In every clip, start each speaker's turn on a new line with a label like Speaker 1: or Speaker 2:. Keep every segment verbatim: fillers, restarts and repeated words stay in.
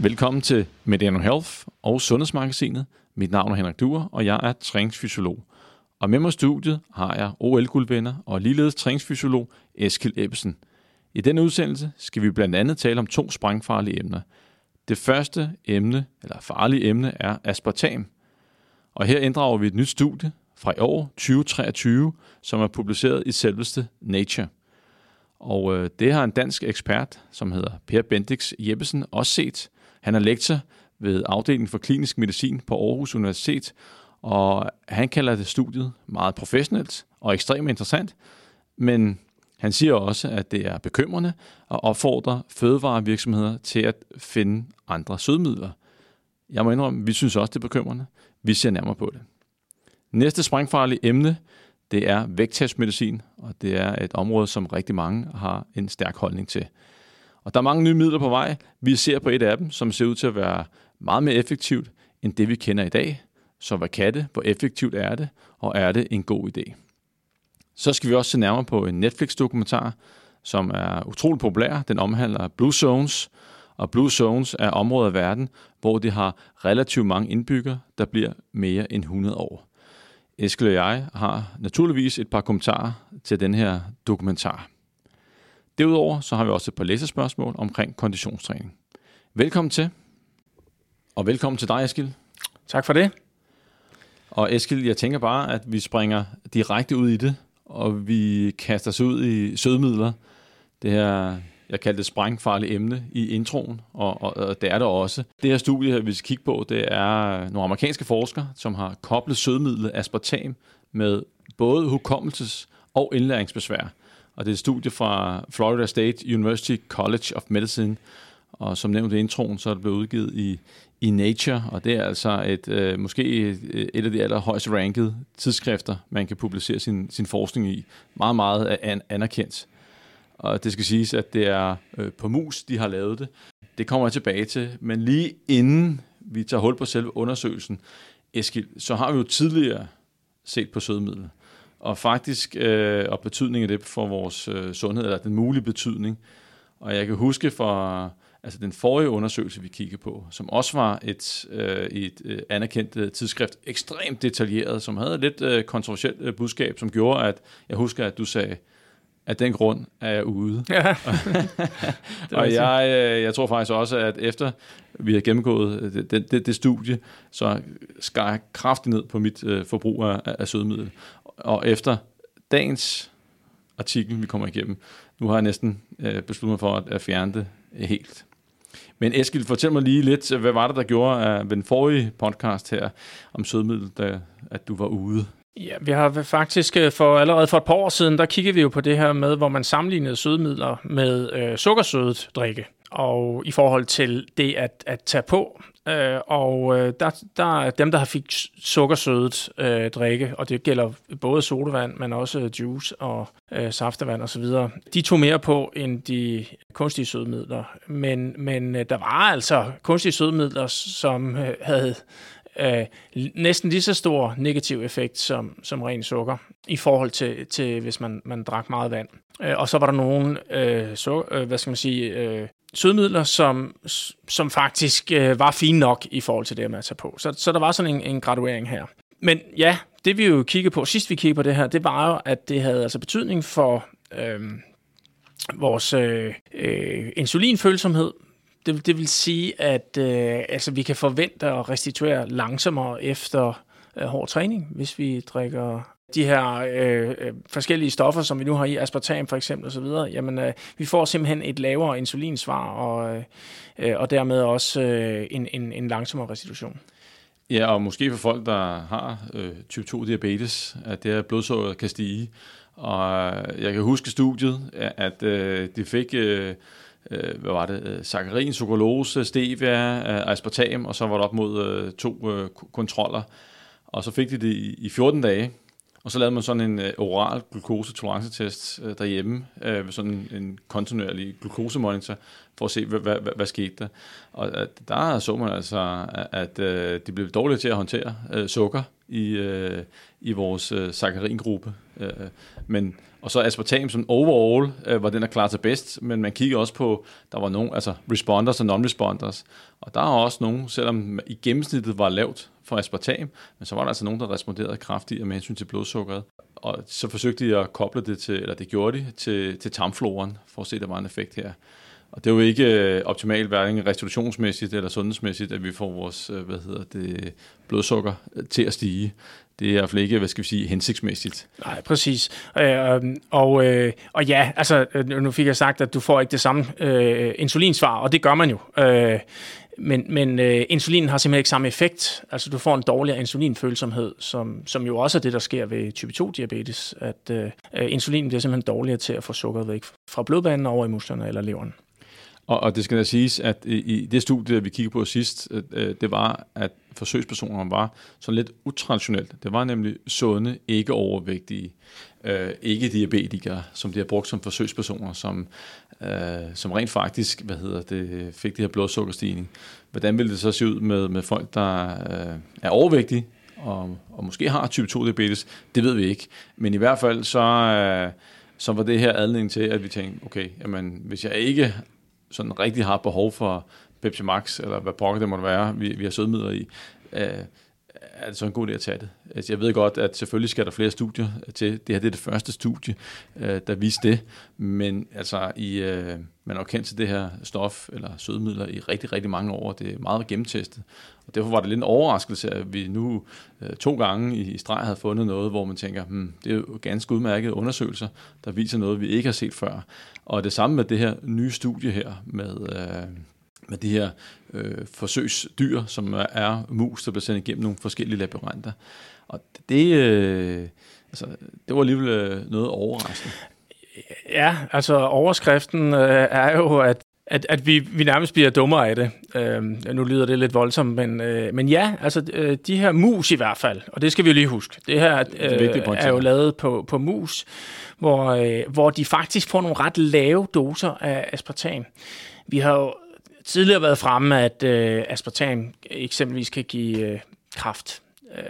Speaker 1: Velkommen til Medano Health og Sundhedsmagasinet. Mit navn er Henrik Duer, og jeg er træningsfysiolog. Og med mig i studiet har jeg O L-guldvinder og ligeledes træningsfysiolog Eskil Ebbesen. I denne udsendelse skal vi blandt andet tale om to sprængfarlige emner. Det første emne, eller farlige emne, er aspartam. Og her inddrager vi et nyt studie fra i år, tyve treogtyve, som er publiceret i selveste Nature. Og øh, det har en dansk ekspert, som hedder Per Bendix Jeppesen, også set. Han er lektor ved afdelingen for klinisk medicin på Aarhus Universitet, og han kalder det studiet meget professionelt og ekstremt interessant, men han siger også, at det er bekymrende og opfordrer fødevarevirksomheder til at finde andre sødemidler. Jeg må indrømme, vi synes også, det er bekymrende. Vi ser nærmere på det. Næste sprængfarlige emne, det er vægttabsmedicin, og det er et område, som rigtig mange har en stærk holdning til. Og der er mange nye midler på vej. Vi ser på et af dem, som ser ud til at være meget mere effektivt end det, vi kender i dag. Så hvad kan det? Hvor effektivt er det? Og er det en god idé? Så skal vi også se nærmere på en Netflix-dokumentar, som er utrolig populær. Den omhandler Blue Zones, og Blue Zones er områder af verden, hvor de har relativt mange indbyggere, der bliver mere end hundrede år. Eskil og jeg har naturligvis et par kommentarer til den her dokumentar. Derudover så har vi også et par læserspørgsmål omkring konditionstræning. Velkommen til, og velkommen til dig, Eskil.
Speaker 2: Tak for det.
Speaker 1: Og Eskil, jeg tænker bare, at vi springer direkte ud i det, og vi kaster os ud i sødemidler. Det her, jeg kalder det sprængfarlige emne i introen, og, og, og det er det også. Det her studie, her, vi skal kigge på, det er nogle amerikanske forskere, som har koblet sødemidlet aspartam med både hukommelses- og indlæringsbesvær. Og det er et studie fra Florida State University College of Medicine, og som nævnt i introen, så er det blevet udgivet i, i Nature, og det er altså et, øh, måske et, et af de allerhøjst rankede tidsskrifter, man kan publicere sin, sin forskning i. Meget, meget an, anerkendt. Og det skal siges, at det er øh, på mus, de har lavet det. Det kommer jeg tilbage til, men lige inden vi tager hul på selve undersøgelsen, Eskil, så har vi jo tidligere set på sødemidler. Og faktisk, øh, og betydningen af det for vores øh, sundhed, eller den mulige betydning. Og jeg kan huske fra altså den forrige undersøgelse, vi kiggede på, som også var et, øh, et øh, anerkendt øh, tidsskrift, ekstremt detaljeret, som havde et lidt øh, kontroversielt øh, budskab, som gjorde, at jeg husker, at du sagde, af den grund er jeg ude. Ja. Og jeg, øh, jeg tror faktisk også, at efter vi har gennemgået det, det, det, det studie, så skar jeg kraftigt ned på mit øh, forbrug af, af sødemiddel. Og efter dagens artikel, vi kommer igennem, nu har jeg næsten øh, besluttet mig for at, at fjerne det helt. Men Eskil, fortæl mig lige lidt, hvad var det, der gjorde uh, ved den forrige podcast her om sødemiddel, da, at du var ude?
Speaker 2: Ja, vi har faktisk for allerede for et par år siden, der kiggede vi jo på det her med, hvor man sammenlignede sødemidler med øh, sukkersødet drikke, og i forhold til det at, at tage på. Øh, og øh, der, der er dem, der har fik sukkersødet øh, drikke, og det gælder både sodavand, men også juice og øh, saftevand osv. De tog mere på end de kunstige sødemidler. Men, men øh, der var altså kunstige sødemidler, som øh, havde øh, næsten lige så stor negativ effekt som, som ren sukker, i forhold til, til hvis man, man drak meget vand. Øh, og så var der nogle øh, så, øh, hvad skal man sige, øh, sødemidler, som, som faktisk øh, var fine nok i forhold til det, man tager på. Så, så der var sådan en, en graduering her. Men ja, det vi jo kiggede på, sidst vi kiggede på det her, det var jo, at det havde altså betydning for øh, vores øh, øh, insulinfølsomhed. Det, det vil sige, at øh, altså, vi kan forvente at restituere langsommere efter øh, hård træning, hvis vi drikker de her øh, forskellige stoffer, som vi nu har i, aspartam for eksempel osv., jamen øh, vi får simpelthen et lavere insulinsvar, og, øh, og dermed også øh, en, en, en langsommere restitution.
Speaker 1: Ja, og måske for folk, der har øh, type to diabetes, at det her blodsukker kan stige. Og jeg kan huske studiet, at øh, de fik, øh, hvad var det, saccharin, sukralose, stevia, aspartam, og så var det op mod øh, to øh, kontroller. Og så fik de det i, i fjorten dage. Og så lavede man sådan en øh, oral glukose-tolerancetest øh, derhjemme, øh, med sådan en kontinuerlig glukosemonitor, for at se, hvad, hvad, hvad, hvad skete der. Og at, der så man altså, at, at øh, de blev dårlige til at håndtere øh, sukker i, øh, i vores øh, saccharingruppe. Øh, men, og så aspartam som overall øh, var den, der klarede sig bedst, men man kiggede også på, der var nogle, altså responders og non-responders. Og der er også nogen, selvom i gennemsnittet var lavt for aspartam, men så var der altså nogen, der responderede kraftigt med hensyn til blodsukkeret. Og så forsøgte de at koble det til, eller det gjorde de, til, til tarmfloren, for at se, at der var en effekt her. Og det er jo ikke optimalt, hverken restitutionsmæssigt eller sundhedsmæssigt, at vi får vores hvad hedder det, blodsukker til at stige. Det er i hvert fald ikke, hvad skal vi sige, hensigtsmæssigt.
Speaker 2: Nej, præcis. Øh, og, øh, og ja, altså, nu fik jeg sagt, at du får ikke det samme øh, insulinsvar, og det gør man jo. Øh, men men øh, insulinen har simpelthen ikke samme effekt. Altså, du får en dårligere insulinfølsomhed, som, som jo også er det, der sker ved type to diabetes, at øh, insulinen bliver simpelthen dårligere til at få sukkeret væk fra blodbanen over i musklerne eller leveren.
Speaker 1: Og, og det skal da siges, at i, i det studie, vi kiggede på sidst, øh, det var, at forsøgspersonerne var sådan lidt utraditionelt. Det var nemlig sunde, ikke overvægtige, øh, ikke diabetikere, som de har brugt som forsøgspersoner, som, øh, som rent faktisk hvad hedder det, fik det her blodsukkerstigning. Hvordan ville det så se ud med, med folk, der øh, er overvægtige, og, og måske har type to diabetes? Det ved vi ikke. Men i hvert fald så, øh, så var det her anledning til, at vi tænkte, okay, jamen, hvis jeg ikke sådan rigtig har behov for Pepsi Max, eller hvad pokker det måtte være, vi, vi har sødmidler i, øh, er det så en god idé at tage det. Altså, jeg ved godt, at selvfølgelig skal der flere studier til. Det her det er det første studie, øh, der viste det, men altså, i, øh, man har kendt til det her stof, eller sødmidler, i rigtig, rigtig mange år. Det er meget gennemtestet. Og derfor var det lidt en overraskelse, at vi nu øh, to gange i, i streg havde fundet noget, hvor man tænker, hmm, det er jo ganske udmærkede undersøgelser, der viser noget, vi ikke har set før. Og det samme med det her nye studie her, med, øh, med de her øh, forsøgsdyr, som er mus, der bliver sendt igennem nogle forskellige labyrinter. Og det, øh, altså, det var alligevel øh, noget overraskende.
Speaker 2: Ja, altså overskriften øh, er jo, at At, at vi, vi nærmest bliver dummere af det. Øh, nu lyder det lidt voldsomt, men, øh, men ja, altså øh, de her mus i hvert fald, og det skal vi jo lige huske. Det her øh, det er, er jo lavet på, på mus, hvor, øh, hvor de faktisk får nogle ret lave doser af aspartam. Vi har jo tidligere været fremme, at øh, aspartam eksempelvis kan give øh, kræft.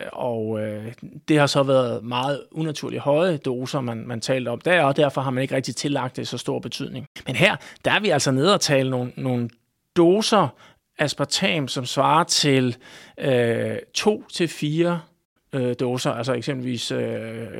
Speaker 2: Og øh, det har så været meget unaturligt høje doser, man, man talte om der, og derfor har man ikke rigtig tillagt det så stor betydning. Men her, der er vi altså nede og tale nogle, nogle doser aspartam, som svarer til øh, to til fire øh, doser, altså eksempelvis øh,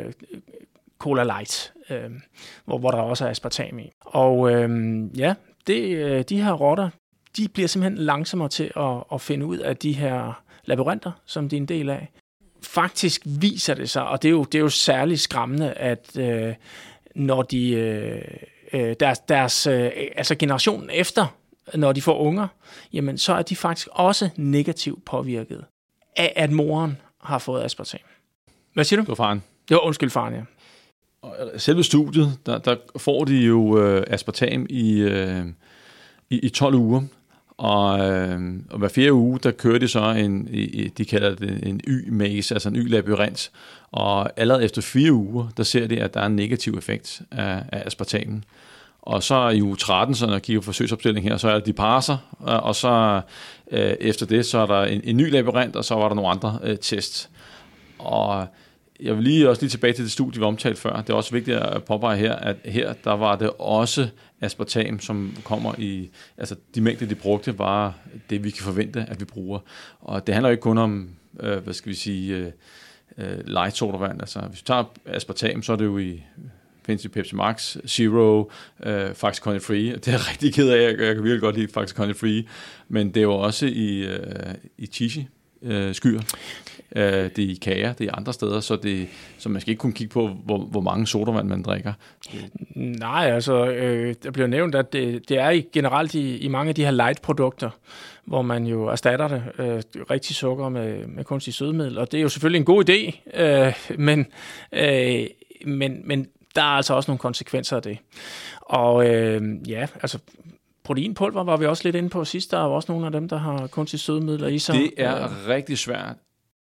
Speaker 2: Cola Light, øh, hvor, hvor der også er aspartam i. Og øh, ja, det, de her rotter, de bliver simpelthen langsommere til at, at finde ud af de her labyrinter, som de er en del af. Faktisk viser det sig, og det er jo, det er jo særligt skræmmende, at øh, når de, øh, deres, deres øh, altså generationen efter, når de får unger, jamen så er de faktisk også negativt påvirket af, at moren har fået aspartam. Hvad siger du?
Speaker 1: Det var faren.
Speaker 2: Det var undskyld faren, ja.
Speaker 1: Og selve studiet, der, der får de jo øh, aspartam i, øh, i, i tolv uger. Og, øh, og hver fjerde uge, der kører de så en, de kalder det en Y-maze, altså en Y-labyrint. Og allerede efter fire uger, der ser de, at der er en negativ effekt af, af aspartamen. Og så i uge tretten, så når jeg kigger på forsøgsopstilling her, så er det de parser, og så øh, efter det, så er der en, en ny labyrint, og så var der nogle andre øh, tests. Og jeg vil lige også lige tilbage til det studie, vi omtalte før. Det er også vigtigt at påpege her, at her der var det også aspartam, som kommer i, altså de mængder, de brugte, var det, vi kan forvente, at vi bruger. Og det handler ikke kun om, øh, hvad skal vi sige, øh, light sodavand. Altså hvis vi tager aspartam, så er det jo i, findes i Pepsi Max, Zero, øh, Faxe Kondi Free. Det er jeg rigtig ked af, jeg, jeg kan virkelig godt lide Faxe Kondi Free. Men det er jo også i, øh, i Chichi. Øh, skyer. Øh, det er i kager, det er andre steder, så, det, så man skal ikke kun kigge på, hvor, hvor mange sodavand man drikker.
Speaker 2: Nej, altså, øh, der bliver nævnt, at det, det er i, generelt i, i mange af de her light-produkter, hvor man jo erstatter det øh, rigtig sukker med, med kunstig sødemiddel, og det er jo selvfølgelig en god idé, øh, men, øh, men, men der er altså også nogle konsekvenser af det. Og øh, ja, altså proteinpulver var vi også lidt inde på sidst. Der er også nogle af dem, der har kunstige sødemidler i sig.
Speaker 1: Det er rigtig svært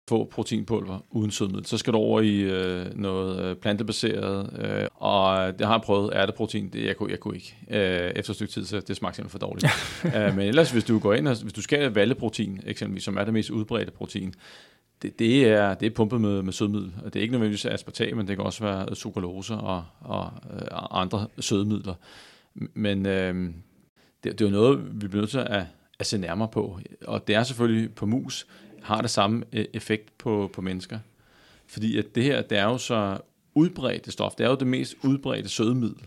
Speaker 1: få proteinpulver uden sødmiddel. Så skal du over i øh, noget øh, plantebaseret, øh, og det har jeg prøvet, ærteprotein, det jeg kunne, jeg kunne ikke. Øh, efter et stykke tid, så det smagte simpelthen for dårligt. øh, men ellers, hvis du går ind, og, hvis du skal have valleprotein, eksempelvis, som er det mest udbredte protein, det, det, er, det er pumpet med, med sødmiddel. Og det er ikke nødvendigvis aspartam, men det kan også være sukralose og, og øh, andre sødmidler. Men øh, det, det er jo noget, vi bliver nødt til at, at se nærmere på. Og det er selvfølgelig på mus, har det samme effekt på, på mennesker. Fordi at det her, det er jo så udbredt stof. Det er jo det mest udbredte sødemiddel.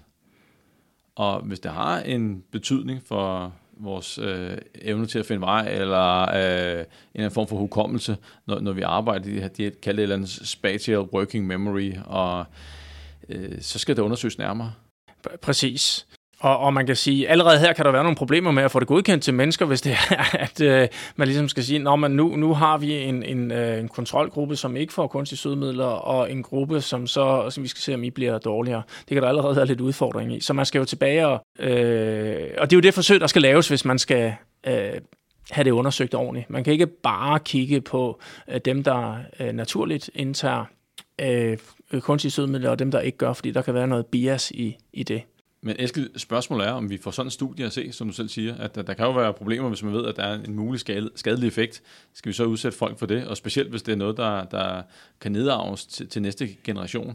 Speaker 1: Og hvis det har en betydning for vores øh, evne til at finde vej, eller øh, en eller form for hukommelse, når, når vi arbejder i det her, de kalder det et eller andet spatial working memory, og øh, så skal det undersøges nærmere. Præcis.
Speaker 2: Og, og man kan sige, allerede her kan der være nogle problemer med at få det godkendt til mennesker, hvis det er, at øh, man ligesom skal sige, at nu, nu har vi en, en, øh, en kontrolgruppe, som ikke får kunstige sødemidler, og en gruppe, som så, som vi skal se, om I bliver dårligere. Det kan der allerede være lidt udfordring i. Så man skal jo tilbage, og, øh, og det er jo det forsøg, der skal laves, hvis man skal øh, have det undersøgt ordentligt. Man kan ikke bare kigge på øh, dem, der øh, naturligt indtager øh, kunstige sødemidler, og dem, der ikke gør, fordi der kan være noget bias i, i det.
Speaker 1: Men Eskild, spørgsmålet er, om vi får sådan en studie at se, som du selv siger, at der, der kan jo være problemer, hvis man ved, at der er en mulig skade, skadelig effekt. Skal vi så udsætte folk for det? Og specielt, hvis det er noget, der, der kan nedarves til, til næste generation.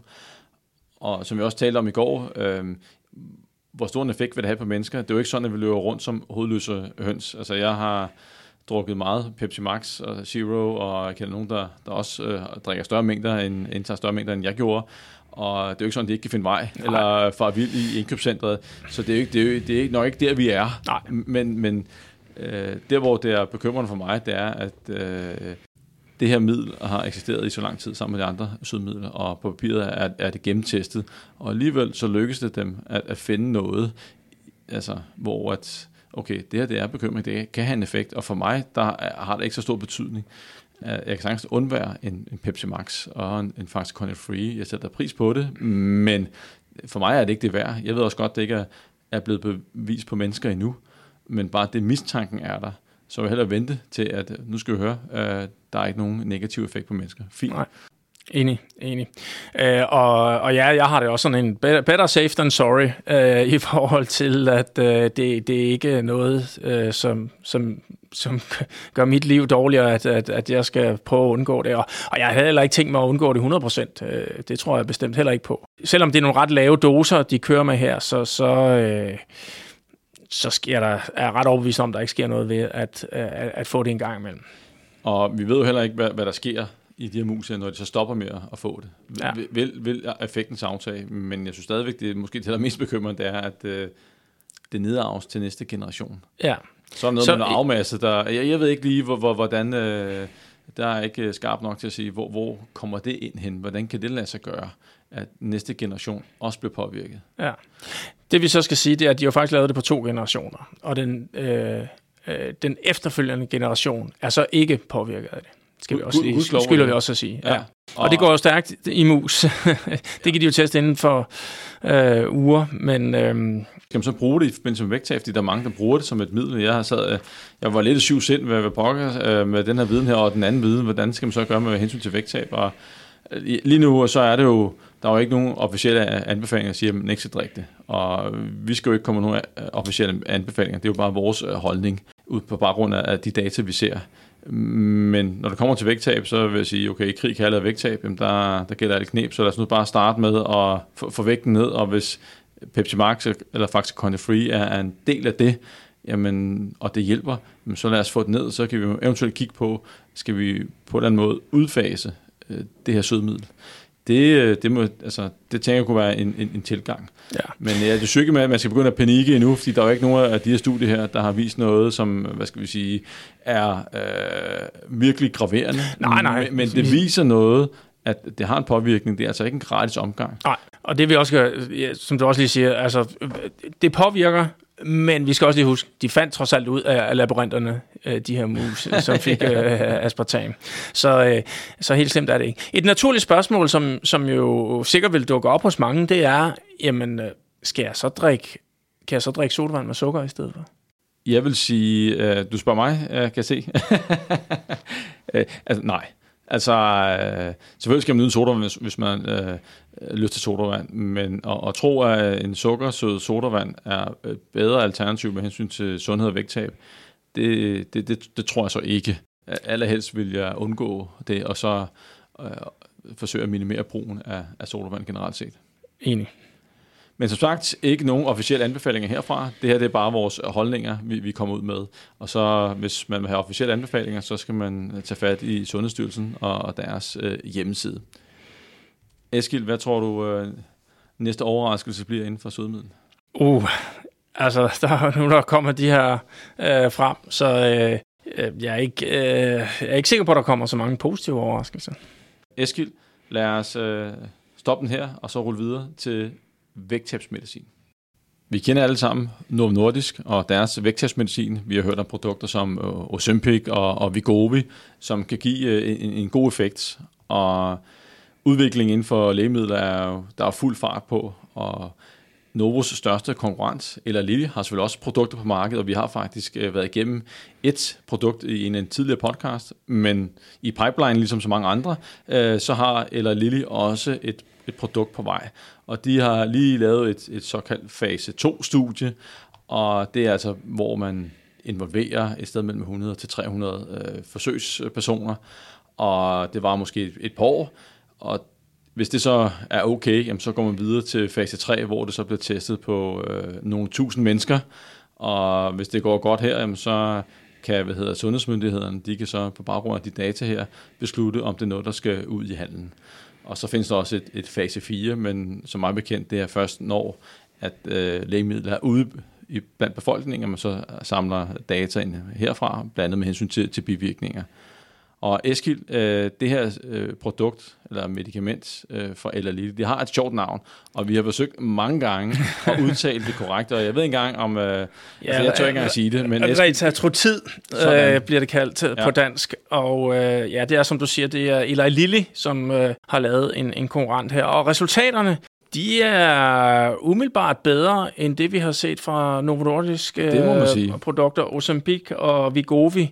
Speaker 1: Og som vi også talte om i går, øh, hvor stor en effekt vil det have på mennesker? Det er jo ikke sådan, at vi løber rundt som hovedløse høns. Altså, jeg har drukket meget Pepsi Max og Zero, og jeg kender nogen, der, der også øh, drikker større mængder, end, indtager større mængder, end jeg gjorde. Og det er jo ikke sådan, at de ikke kan finde vej, Nej. eller fare vild i indkøbscentret. Så det er, jo ikke, det, er jo, det er nok ikke der, vi er.
Speaker 2: Nej.
Speaker 1: Men, men øh, der, hvor det er bekymrende for mig, det er, at øh, det her middel har eksisteret i så lang tid sammen med de andre sødmidler, og på papiret er, er det gennemtestet. Og alligevel så lykkes det dem at, at finde noget, altså, hvor at, okay, det her det er bekymring, det kan have en effekt, og for mig, der har det ikke så stor betydning. Jeg kan sagtens undvære en, en Pepsi Max og en, en Faxe Kondi Free. Jeg sætter pris på det, men for mig er det ikke det værd. Jeg ved også godt, at det ikke er, er blevet bevist på mennesker endnu, men bare det mistanken er der. Så jeg vil hellere vente til, at nu skal vi høre, øh, der er ikke nogen negativ effekt på mennesker. Fint.
Speaker 2: Nej. Enig, enig. Øh, og, og ja, jeg har det også sådan en better, better safe than sorry øh, i forhold til, at øh, det, det er ikke noget, øh, som, som, som gør mit liv dårligere, at, at, at jeg skal prøve at undgå det. Og, og jeg havde heller ikke tænkt mig at undgå det hundrede procent. Øh, det tror jeg bestemt heller ikke på. Selvom det er nogle ret lave doser, de kører med her, så, så, øh, så sker der, er jeg ret overbevist om, at der ikke sker noget ved at, at, at få det en gang imellem.
Speaker 1: Og vi ved jo heller ikke, hvad, hvad der sker i de her mus, når de så stopper med at få det. Ja. Vil, vil effekten aftage, men jeg synes stadigvæk, det er måske det, der er mest bekymrende, det er, at øh, det nedarves til næste generation.
Speaker 2: Ja.
Speaker 1: Så er der noget så, med noget afmasse, der, jeg, jeg ved ikke lige, hvor, hvor, hvordan, øh, der er ikke skarpt nok til at sige, hvor, hvor kommer det ind hen, hvordan kan det lade sig gøre, at næste generation også bliver påvirket.
Speaker 2: Ja. Det vi så skal sige, det er, at de har faktisk lavet det på to generationer, og den, øh, øh, den efterfølgende generation er så ikke påvirket af det. Skal vi også lige,
Speaker 1: Husk,
Speaker 2: skylder vi også at sige. Ja. Ja. Og,
Speaker 1: og
Speaker 2: det går jo stærkt i mus. Det kan de jo teste inden for øh, uger, men... Øh,
Speaker 1: Skal man så bruge det i forbindelse med vægttab, fordi der er mange, der bruger det som et middel. Jeg har sad, jeg var lidt i syv sind ved, ved pokker øh, med den her viden her, og den anden viden, hvordan skal man så gøre med hensyn til vægttab. Og øh, lige nu, så er det jo, der er jo ikke nogen officielle anbefalinger, der siger, at man ikke skal drikke det. Og vi skal jo ikke komme med nogen officielle anbefalinger. Det er jo bare vores holdning, ud på baggrund af de data, vi ser. Men når det kommer til vægttab, så vil jeg sige, okay, i krig kan jeg lave vægttab, jamen der, der gælder det knep, så lad os nu bare starte med at få, få vægten ned, og hvis Pepsi Max eller Faxe Kondi Free er, er en del af det, jamen, og det hjælper, jamen, så lad os få det ned, så kan vi eventuelt kigge på, skal vi på en eller anden måde udfase øh, det her sødmiddel. Det, det, må, altså, det tænker jeg kunne være en, en, en tilgang. Ja. Men jeg er ikke med, at man skal begynde at panikke endnu, fordi der er jo ikke nogen af de her studier her, der har vist noget, som, hvad skal vi sige, er øh, virkelig graverende.
Speaker 2: Nej, nej.
Speaker 1: Men, men det viser noget, at det har en påvirkning. Det er altså ikke en gratis omgang.
Speaker 2: Nej, og det vil også gøre, som du også lige siger, altså, det påvirker, men vi skal også lige huske, de fandt trods alt ud af labyrinterne, de her mus, som fik ja. aspartam. Så, så helt slemt er det ikke. Et naturligt spørgsmål, som, som jo sikkert vil dukke op hos mange, det er, jamen, skal jeg så drikke, kan jeg så drikke sodavand med sukker i stedet for?
Speaker 1: Jeg vil sige, uh, du spørger mig, uh, kan jeg se? uh, altså, nej. Altså, øh, selvfølgelig skal man nyde sodavand, hvis, hvis man øh, lyst til sodavand, men at, at tro, at en sukkersød sodavand er et bedre alternativ med hensyn til sundhed og vægttab, det, det, det, det tror jeg så ikke. Allerhelst vil jeg undgå det, og så øh, forsøge at minimere brugen af, af sodavand generelt set.
Speaker 2: Enig.
Speaker 1: Men som sagt, ikke nogen officielle anbefalinger herfra. Det her det er bare vores holdninger, vi, vi kommer ud med. Og så hvis man vil have officielle anbefalinger, så skal man tage fat i Sundhedsstyrelsen og, og deres øh, hjemmeside. Eskild, hvad tror du øh, næste overraskelse bliver inden for sødemiddel?
Speaker 2: Uh, altså der, nu der kommer de her øh, frem, så øh, jeg, er ikke, øh, jeg er ikke sikker på, at der kommer så mange positive overraskelser.
Speaker 1: Eskild, lad os øh, stoppe den her, og så rulle videre til vægttabsmedicin. Vi kender alle sammen Novo Nordisk og deres vægttabsmedicin. Vi har hørt om produkter som Ozempic og, og Wegovy, som kan give en, en god effekt. Og udviklingen inden for lægemidler er jo, der er fuld fart på, og Novos største konkurrent, Eli Lilly, har selvfølgelig også produkter på markedet, og vi har faktisk været igennem et produkt i en, en tidligere podcast, men i pipeline, ligesom så mange andre, så har Eli Lilly også et, et produkt på vej. Og de har lige lavet et, et såkaldt fase to-studie, og det er altså, hvor man involverer et sted mellem hundrede til tre hundrede øh, forsøgspersoner, og det var måske et, et par år, og hvis det så er okay, jamen så går man videre til fase tre, hvor det så bliver testet på øh, nogle tusind mennesker, og hvis det går godt her, jamen så kan hvad hedder, sundhedsmyndighederne, de kan så på baggrund af de data her beslutte, om det er noget, der skal ud i handlen. Og så findes der også et, et fase fire, men som meget bekendt, det er først når, at øh, lægemidler er ude i, blandt befolkningen, man så samler data ind herfra, blandt andet med hensyn til, til bivirkninger. Og Eskild, øh, det her øh, produkt, eller medicament øh, for Eli Lilly, det har et sjovt navn, og vi har forsøgt mange gange at udtale det korrekt, og jeg ved ikke engang om, øh, ja, altså jeg tør ikke engang at sige det, men
Speaker 2: Retatrutid øh, bliver det kaldt ja. På dansk, og øh, ja, det er som du siger, det er Eli Lilly, som øh, har lavet en, en konkurrent her, og resultaterne, de er umiddelbart bedre end det, vi har set fra Novo Nordisk øh, produkter, Ozempic og Wegovy.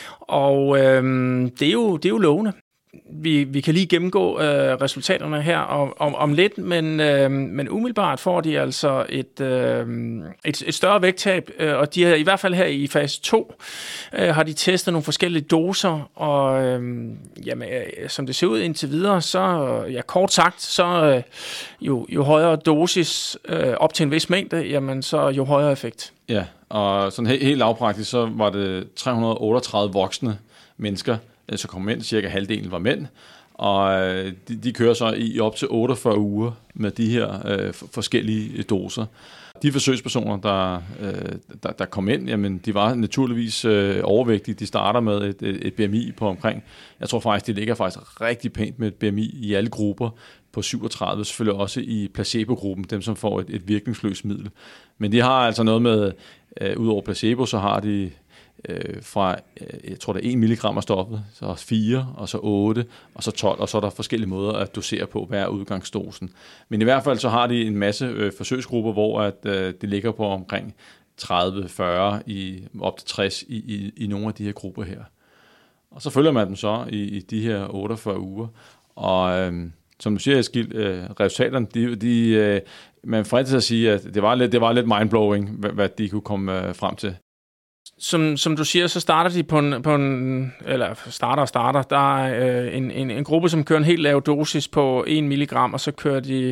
Speaker 2: Og øhm, det, er jo, det er jo lovende. Vi, vi kan lige gennemgå øh, resultaterne her om, om, om lidt, men, øh, men umiddelbart får de altså et, øh, et, et større vægttab, øh, og de har i hvert fald her i fase to, øh, har de testet nogle forskellige doser, og øh, jamen, øh, som det ser ud indtil videre, så ja, kort sagt, så øh, jo, jo højere dosis øh, op til en vis mængde, jamen så jo højere effekt.
Speaker 1: Ja, og sådan helt, helt lavpraktisk, så var det tre hundrede og otteogtredive voksne mennesker, så kom mænd, cirka halvdelen var mænd, og de, de kører så i op til otteogfyrre uger med de her øh, forskellige doser. De forsøgspersoner, der, øh, der, der kom ind, jamen, de var naturligvis øh, overvægtige. De starter med et, et, et B M I på omkring, jeg tror faktisk, de ligger faktisk rigtig pænt med et B M I i alle grupper på syvogtredive, selvfølgelig også i placebo-gruppen, dem som får et, et virkningsløst middel. Men de har altså noget med, øh, ud over placebo, så har de øh, fra, øh, jeg tror det er en milligram af stoffet, så fire, og så otte, og så tolv, og så er der forskellige måder at dosere på, hvad er udgangsdosen. Men i hvert fald så har de en masse øh, forsøgsgrupper, hvor at, øh, det ligger på omkring tredive fyrre, i, op til tres i, i, i nogle af de her grupper her. Og så følger man dem så i, i de her otteogfyrre uger, og øh, som du siger, Eskild, øh, resultaterne, de, de, øh, man fristes at sige, at det var lidt, det var lidt mindblowing, hvad, hvad de kunne komme øh, frem til.
Speaker 2: Som, som du siger, så starter de på en, på en eller starter og starter, der er øh, en, en, en gruppe, som kører en helt lav dosis på en milligram, og så kører de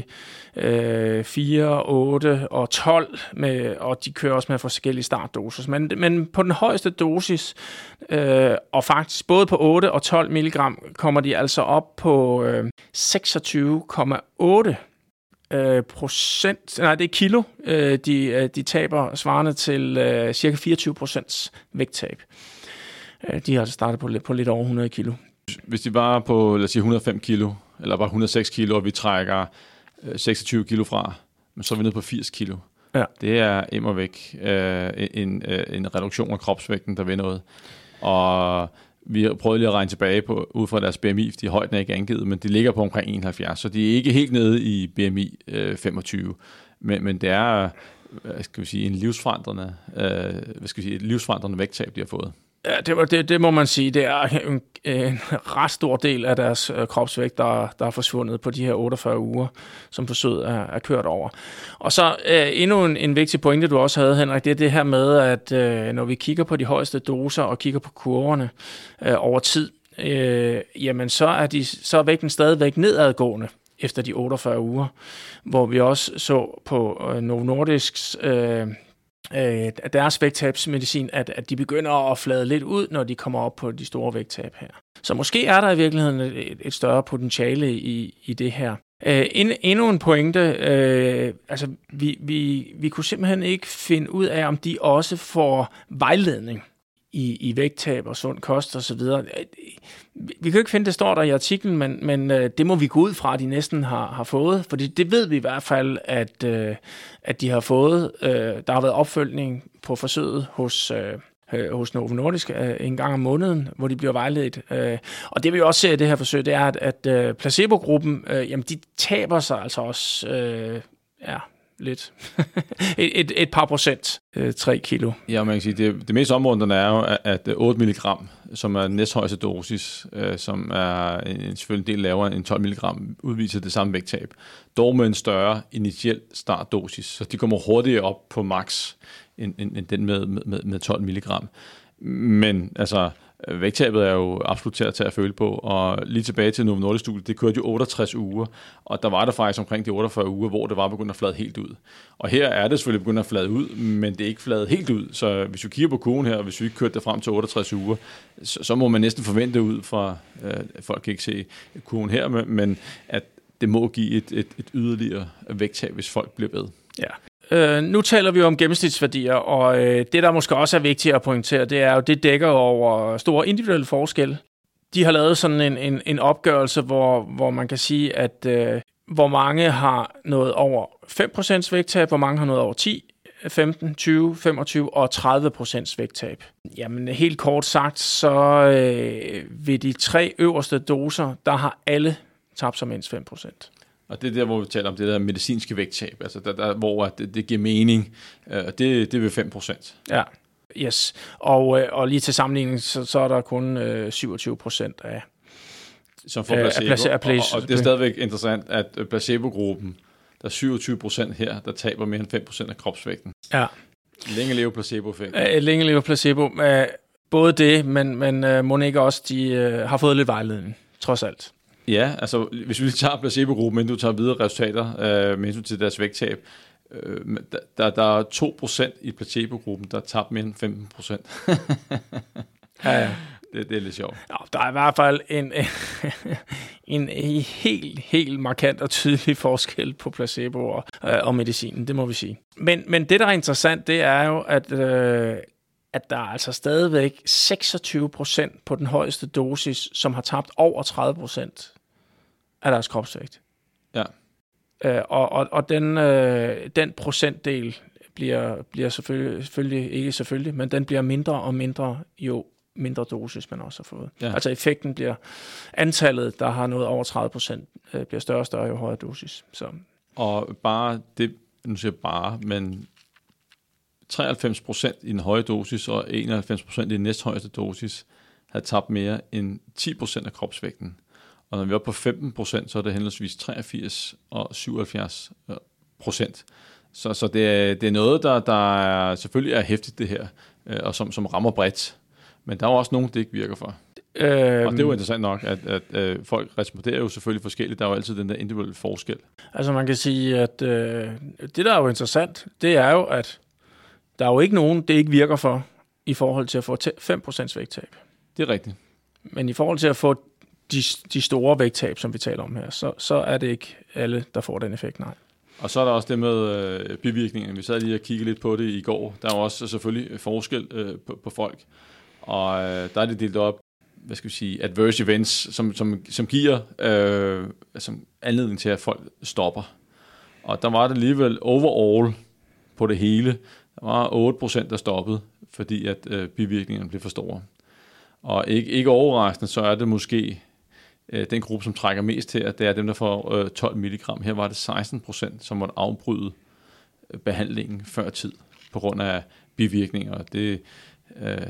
Speaker 2: øh, fire, otte og tolv, med, og de kører også med forskellige startdoser. Men, men på den højeste dosis, øh, og faktisk både på otte og tolv milligram, kommer de altså op på øh, seksogtyve komma otte Øh, procent, nej det er kilo, øh, de, de taber svarende til øh, cirka fireogtyve procents vægttab. Øh, de har altså startet på, på lidt over hundrede kilo.
Speaker 1: Hvis de var på, lad os sige, hundrede og fem kilo, eller bare hundrede og seks kilo, og vi trækker øh, seksogtyve kilo fra, så er vi nede på firs kilo. Ja. Det er immer væk øh, en, øh, en reduktion af kropsvægten, der vil noget. Og vi har prøvet lige at regne tilbage på, ud fra deres B M I, fordi højden er ikke angivet, men de ligger på omkring enoghalvfjerds, så de er ikke helt nede i B M I øh, femogtyve. Men, men det er, hvad skal vi sige, en livsforandrende, øh, hvad skal vi sige, et livsforandrende vægttab, de har fået.
Speaker 2: Ja, det, var, det, det må man sige. Det er en, en ret stor del af deres øh, kropsvægt, der, der er forsvundet på de her otteogfyrre uger, som forsøget er, er kørt over. Og så øh, endnu en, en vigtig pointe, du også havde, Henrik, det er det her med, at øh, når vi kigger på de højeste doser og kigger på kurverne øh, over tid, øh, jamen så er, de, så er vægten stadigvæk nedadgående efter de otteogfyrre uger, hvor vi også så på øh, Novo Nordisks øh, øh, deres vægttabsmedicin, at, at de begynder at flade lidt ud, når de kommer op på de store vægttab her. Så måske er der i virkeligheden et, et større potentiale i, i det her. Øh, end, endnu en pointe, øh, altså vi, vi, vi kunne simpelthen ikke finde ud af, om de også får vejledning i, i vægttab og sund kost og så videre. Vi kan ikke finde, det står der i artiklen, men, men det må vi gå ud fra, at de næsten har, har fået, for det ved vi i hvert fald, at, at de har fået. Der har været opfølgning på forsøget hos, hos Novo Nordisk en gang om måneden, hvor de bliver vejledt. Og det vi også ser i det her forsøg, det er, at, at placebo-gruppen, jamen de taber sig altså også, ja, lidt. et, et, et par procent. Øh, tre kilo.
Speaker 1: Ja, man kan sige, det, det mest områdende er jo, at otte milligram, som er den næsthøjeste dosis, øh, som er en, selvfølgelig en del lavere end tolv milligram, udviser det samme vægttab. Dog med en større initiel startdosis, så de kommer hurtigere op på max end, end, end den med, med, med tolv milligram. Men altså, vægttabet er jo absolut til at tage at føle på, og lige tilbage til Novo Nordisk-studiet, det kørte jo otteogtres uger, og der var det faktisk omkring de otteogfyrre uger, hvor det var begyndt at flade helt ud. Og her er det selvfølgelig begyndt at flade ud, men det er ikke fladet helt ud, så hvis vi kigger på kurven her, og hvis vi kørte det frem til otteogtres uger, så, så må man næsten forvente ud fra, øh, folk kan ikke se kurven her, men at det må give et, et, et yderligere vægttab, hvis folk bliver ved.
Speaker 2: Ja. Uh, nu taler vi om gennemsnitsværdier, og uh, det, der måske også er vigtigt at pointere, det er jo, det dækker over store individuelle forskelle. De har lavet sådan en, en, en opgørelse, hvor, hvor man kan sige, at uh, hvor mange har nået over fem procent vægttab, hvor mange har nået over ti, femten, tyve, femogtyve og tredive procent vægttab. Jamen helt kort sagt, så uh, ved de tre øverste doser, der har alle tabt sig mindst fem procent.
Speaker 1: Og det er der, hvor vi taler om det der medicinske vægttab, altså der, der, hvor det, det giver mening, og det, det er ved fem procent.
Speaker 2: Ja, yes. Og, og lige til sammenligning, så, så er der kun øh, syvogtyve procent af
Speaker 1: som får placebo,
Speaker 2: af place, place,
Speaker 1: og, og det er stadigvæk interessant, at placebo-gruppen, der er syvogtyve procent her, der taber mere end fem procent af kropsvægten.
Speaker 2: Ja.
Speaker 1: Længe lever placebo-effekten.
Speaker 2: Æ, længe lever placebo. Æ, både det, men, men uh, må ikke også, de uh, har fået lidt vejledning, trods alt.
Speaker 1: Ja, altså hvis vi tager placebo-gruppen, men du tager videre resultater øh, med hensyn til deres vægttab, øh, der, der er to procent i placebo-gruppen, der tager mere end femten procent.
Speaker 2: Ja, ja.
Speaker 1: Det, det er lidt sjovt.
Speaker 2: Ja, der er i hvert fald en, en, en helt, helt markant og tydelig forskel på placebo og, øh, og medicinen, det må vi sige. Men, men det, der er interessant, det er jo, at, øh, at der er altså stadigvæk seksogtyve procent på den højeste dosis, som har tabt over tredive procent af deres kropsvægt.
Speaker 1: Ja.
Speaker 2: Øh, og og, og den, øh, den procentdel bliver, bliver selvfølgelig, selvfølgelig, ikke selvfølgelig, men den bliver mindre og mindre jo mindre dosis, man også har fået. Ja. Altså effekten bliver, antallet, der har nået over tredive procent, øh, bliver større og større jo højere dosis. Så.
Speaker 1: Og bare det, nu siger jeg bare, men treoghalvfems procent i den høje dosis og enoghalvfems procent i den næsthøjeste dosis havde tabt mere end ti procent af kropsvægten. Og når vi er oppe på femten procent, så er det henholdsvis treogfirs og syvoghalvfjerds procent. Så, så det, er, det er noget, der, der er, selvfølgelig er hæftigt det her, og som, som rammer bredt. Men der er også nogen, det ikke virker for. Øhm, og det er jo interessant nok, at, at, at folk responderer jo selvfølgelig forskelligt. Der er jo altid den der individuelle forskel.
Speaker 2: Altså man kan sige, at øh, det, der er jo interessant, det er jo, at der er jo ikke nogen, det ikke virker for, i forhold til at få fem procent vægttab.
Speaker 1: Det er rigtigt.
Speaker 2: Men i forhold til at få de, de store vægttab, som vi taler om her, så, så er det ikke alle, der får den effekt, nej.
Speaker 1: Og så er der også det med øh, bivirkningerne. Vi sad lige og kiggede lidt på det i går. Der er jo også selvfølgelig forskel øh, på, på folk. Og øh, der er det delt op, hvad skal vi sige, adverse events, som, som, som giver øh, som anledning til, at folk stopper. Og der var det alligevel overall på det hele. Der var otte procent, der stoppede, fordi at øh, bivirkningerne blev for store. Og ikke, ikke overraskende, så er det måske øh, den gruppe, som trækker mest her, det er dem, der får øh, tolv milligram. Her var det seksten procent, som måtte afbryde øh, behandlingen før tid, på grund af bivirkninger. Det, øh,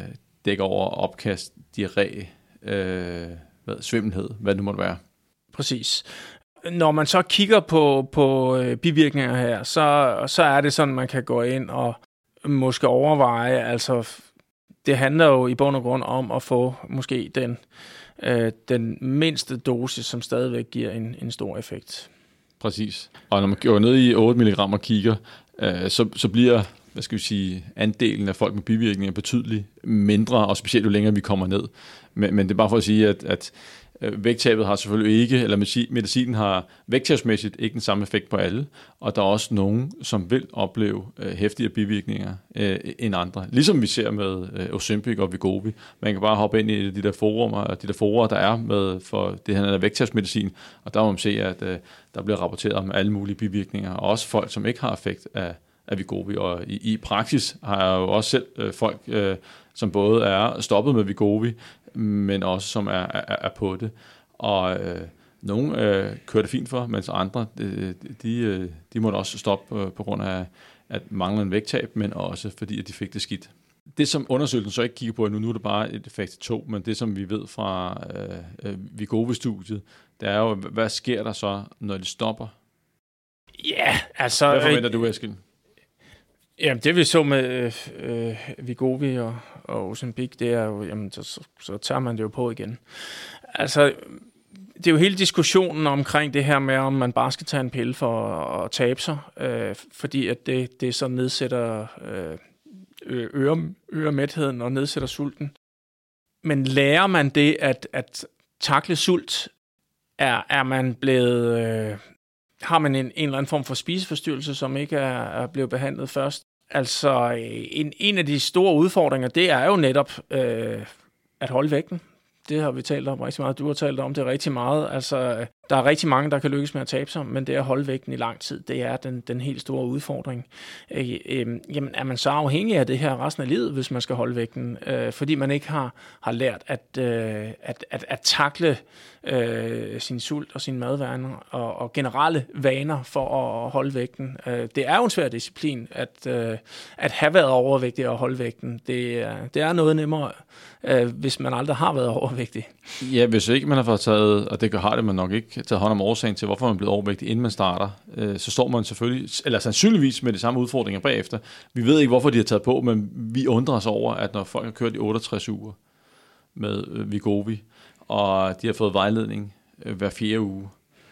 Speaker 1: dækker over opkast, diarré, øh, hvad, svimmelhed, hvad det nu måtte være.
Speaker 2: Præcis. Når man så kigger på, på øh, bivirkninger her, så, så er det sådan, man kan gå ind og måske overveje, altså det handler jo i bund og grund om at få måske den, øh, den mindste dosis, som stadigvæk giver en, en stor effekt.
Speaker 1: Præcis. Og når man går ned i otte milligram og kigger, øh, så, så bliver, hvad skal vi sige, andelen af folk med bivirkninger betydeligt mindre, og specielt jo længere vi kommer ned. Men, men det er bare for at sige, at, at vægttabet har selvfølgelig ikke, eller medicinen har vægttabsmæssigt ikke den samme effekt på alle, og der er også nogen, som vil opleve øh, heftigere bivirkninger øh, end andre. Ligesom vi ser med øh, Ozempic og Wegovy. Man kan bare hoppe ind i de der forumer, de der forer, der er med for det her vægttabsmedicin, og der må man se, at øh, der bliver rapporteret om alle mulige bivirkninger, og også folk, som ikke har effekt af, af Wegovy. Og i, i praksis har jeg jo også selv øh, folk, øh, som både er stoppet med Wegovy, men også som er, er, er på det. Og øh, nogle øh, kører det fint for, mens andre, de, de, de må også stoppe øh, på grund af at manglende vægttab, men også fordi, at de fik det skidt. Det, som undersøgelsen så ikke kigger på nu, nu er det bare et faktor to, men det, som vi ved fra øh, øh, Wegovy-studiet, det er jo, hvad sker der så, når de stopper?
Speaker 2: Ja, altså...
Speaker 1: Hvad forventer du, Eskil?
Speaker 2: Jamen, det vi så med øh, Wegovy og, og Ozempic, det er jo, jamen, så, så tager man det jo på igen. Altså, det er jo hele diskussionen omkring det her med, om man bare skal tage en pille for at tabe sig, øh, fordi at det, det så nedsætter øh, øger, øger mætheden og nedsætter sulten. Men lærer man det, at, at takle sult, er, er man blevet... Øh, har man en, en eller anden form for spiseforstyrrelse, som ikke er, er blevet behandlet først. Altså, en, en af de store udfordringer, det er jo netop øh, at holde vægten. Det har vi talt om rigtig meget. Du har talt om det rigtig meget. Altså, der er rigtig mange, der kan lykkes med at tabe sig, men det at holde vægten i lang tid, det er den, den helt store udfordring. Øh, øh, jamen, er man så afhængig af det her resten af livet, hvis man skal holde vægten? Øh, fordi man ikke har, har lært at, øh, at, at, at takle øh, sin sult og sine madvaner og, og generelle vaner for at holde vægten. Øh, det er jo en svær disciplin at, øh, at have været overvægtig og holde vægten. Det, er, det er noget nemmere, øh, hvis man aldrig har været overvægtig.
Speaker 1: Ja, hvis ikke man har fået taget, og det har det man nok ikke, taget hånd om årsagen til, hvorfor man er blevet overvægtig, inden man starter, øh, så står man selvfølgelig, eller sandsynligvis med de samme udfordringer bagefter. Vi ved ikke, hvorfor de har taget på, men vi undrer os over, at når folk har kørt i otteogtres uger med øh, Wegovy, og de har fået vejledning øh, hver fjerde uge,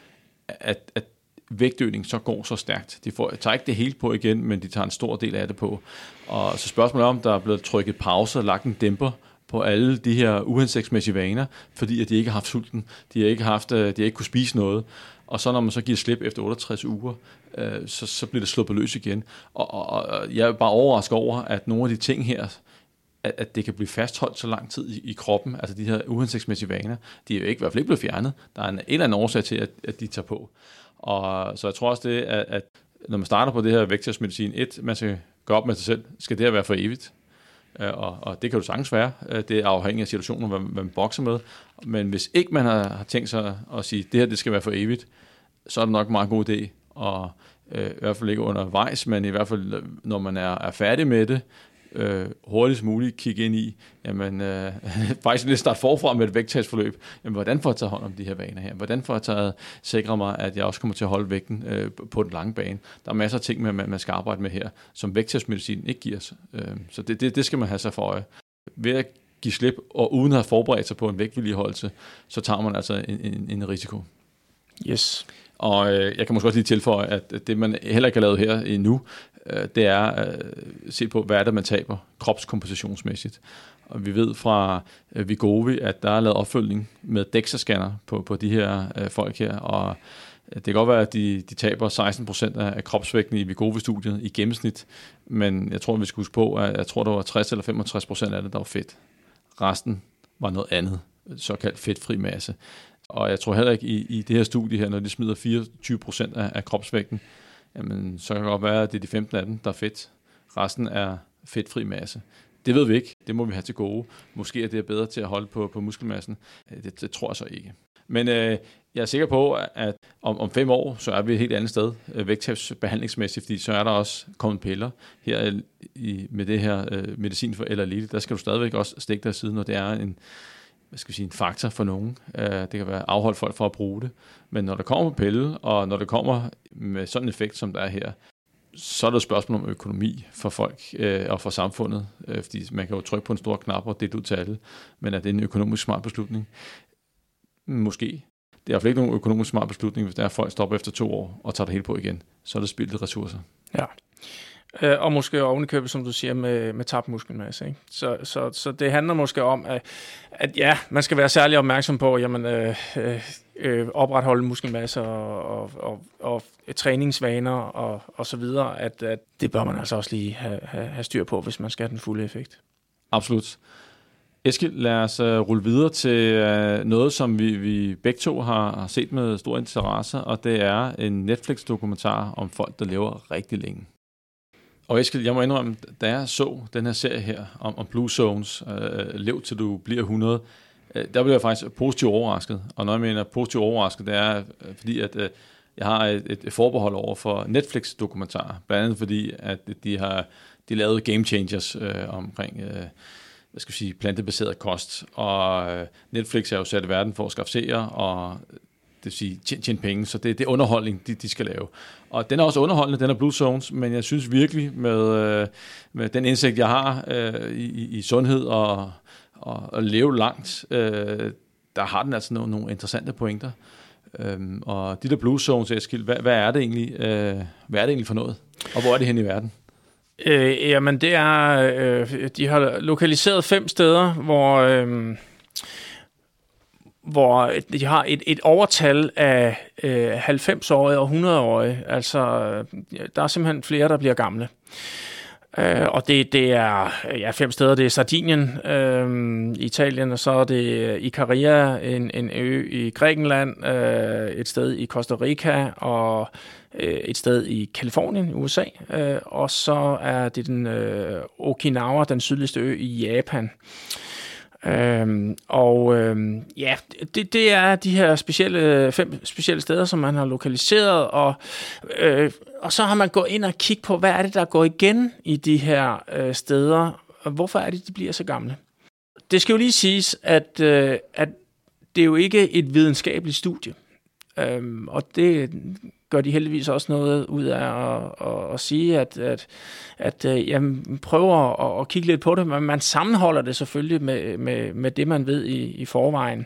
Speaker 1: at, at vægtøgning så går så stærkt. De får, tager ikke det hele på igen, men de tager en stor del af det på. Og så spørgsmålet er, om der er blevet trykket pause og lagt en dæmper på alle de her uhensigtsmæssige vaner, fordi at de ikke har haft sulten, de har ikke haft, de har ikke kunne spise noget, og så når man så giver slip efter otteogtres uger, øh, så, så bliver det sluppet løs igen. Og, og, og jeg er bare overrasket over, at nogle af de ting her, at, at det kan blive fastholdt så lang tid i, i kroppen, altså de her uhensigtsmæssige vaner, de er jo ikke, i hvert fald ikke blevet fjernet. Der er en, en eller anden årsag til, at, at de tager på. Og så jeg tror også det, at, at når man starter på det her vægttabsmedicin, et, man skal gå op med sig selv, skal det her være for evigt? Og, og det kan jo sagtens være. Det er afhængigt af situationen, hvad, hvad man bokser med. Men hvis ikke man har, har tænkt sig at sige, at det her det skal være for evigt, så er det nok en meget god idé. Og øh, i hvert fald ikke undervejs, men i hvert fald, når man er, er færdig med det, øh, hurtigst muligt kigge ind i, jamen, øh, faktisk lidt starte forfra med et vægttabsforløb. Jamen, hvordan får jeg taget hånd om de her vaner her? Hvordan får jeg taget, sikret mig, at jeg også kommer til at holde vægten øh, på den lange bane? Der er masser af ting, man, man skal arbejde med her, som vægttabsmedicin ikke giver os. Øh, så det, det, det skal man have sig for øje. Ved at give slip, og uden at have forberedt sig på en vægtvedligeholdelse, så tager man altså en, en, en risiko.
Speaker 2: Yes.
Speaker 1: Og øh, jeg kan måske også lige tilføje, at det man heller ikke har lavet her endnu, øh, det er at øh, se på, hvad er det, man taber kropskompositionsmæssigt. Og vi ved fra øh, Wegovy, at der er lavet opfølgning med DEXA-scanner på, på de her øh, folk her, og det kan godt være, at de, de taber seksten procent af kropsvægten i Wegovy-studiet i gennemsnit, men jeg tror, vi skal huske på, at jeg tror, der var tres eller femogtres procent af det, der var fedt. Resten var noget andet, såkaldt fedtfri masse. Og jeg tror heller ikke i, i det her studie her, når de smider fireogtyve procent af, af kropsvægten, jamen, så kan det godt være, at det er de femten af dem, der er fedt. Resten er fedtfri masse. Det ved vi ikke. Det må vi have til gode. Måske er det bedre til at holde på, på muskelmassen. Det, det tror jeg så ikke. Men øh, jeg er sikker på, at om, om fem år, så er vi et helt andet sted øh, vægttabsbehandlingsmæssigt, fordi så er der også kommet piller. Her i, med det her øh, medicin for Eli-Lilly, der skal du stadigvæk også stikke dig siden, og det er en, hvad skal vi sige, en faktor for nogen. Øh, det kan være afholdt folk for at bruge det. Men når der kommer på pille, og når det kommer med sådan en effekt, som der er her, så er det et spørgsmål om økonomi for folk øh, og for samfundet, øh, fordi man kan jo trykke på en stor knap og dele ud til alle, men er det en økonomisk smart beslutning? Måske. Det er i hvert fald ikke nogen økonomisk smart beslutning, hvis der er folk stopper efter to år og tager det hele på igen. Så er det spildt ressourcer.
Speaker 2: Ja. Øh, og måske ovenikøbet, som du siger, med, med tabt muskelmasse. Ikke? Så, så, så det handler måske om, at, at ja, man skal være særlig opmærksom på, jamen, øh, øh, opretholde muskelmasse og, og, og, og træningsvaner og, og så videre, at, at det bør man altså også lige have, have, have styr på, hvis man skal have den fulde effekt.
Speaker 1: Absolut. Eskild, lad os uh, rulle videre til uh, noget, som vi, vi begge to har, har set med stor interesse, og det er en Netflix-dokumentar om folk, der lever rigtig længe. Og Eskild, jeg må indrømme, da jeg så den her serie her om, om Blue Zones, uh, lev til du bliver hundrede, uh, der blev jeg faktisk positivt overrasket. Og når jeg mener positivt overrasket, det er uh, fordi, at uh, jeg har et, et forbehold over for Netflix-dokumentarer. Blandt andet fordi, at de har de lavet game changers uh, omkring Uh, hvad skal jeg sige, plantebaseret kost, og Netflix er jo sat i verden for at skaffe seere, og det vil sige, tjene, tjene penge, så det, det er underholdning, de, de skal lave. Og den er også underholdende, den er Blue Zones, men jeg synes virkelig, med, med den indsigt, jeg har øh, i, i sundhed og, og, og leve langt, øh, der har den altså nogle, nogle interessante pointer. Øhm, og de der Blue Zones, Eskild, hvad, hvad er det egentlig, øh, hvad er det egentlig for noget? Og hvor er det hen i verden?
Speaker 2: Øh, jamen det er, øh, de har lokaliseret fem steder, hvor, øh, hvor de har et, et overtal af øh, halvfems-årige og hundrede-årige. Altså, der er simpelthen flere, der bliver gamle. Øh, og det, det er ja, fem steder. Det er Sardinien, øh, Italien, og så er det Ikaria, en, en ø i Grækenland, øh, et sted i Costa Rica, og et sted i Kalifornien i U S A, øh, og så er det den øh, Okinawa, den sydligste ø i Japan. Øhm, og øhm, ja, det, det er de her specielle fem specielle steder, som man har lokaliseret, og, øh, og så har man gået ind og kigget på, hvad er det, der går igen i de her øh, steder, og hvorfor er det, de bliver så gamle. Det skal jo lige siges, at, øh, at det er jo ikke et videnskabeligt studie, øhm, og det gør de heldigvis også noget ud af at, at, at sige, at, at, at jamen, prøver at, at kigge lidt på det, men man sammenholder det selvfølgelig med, med, med det, man ved i, i forvejen.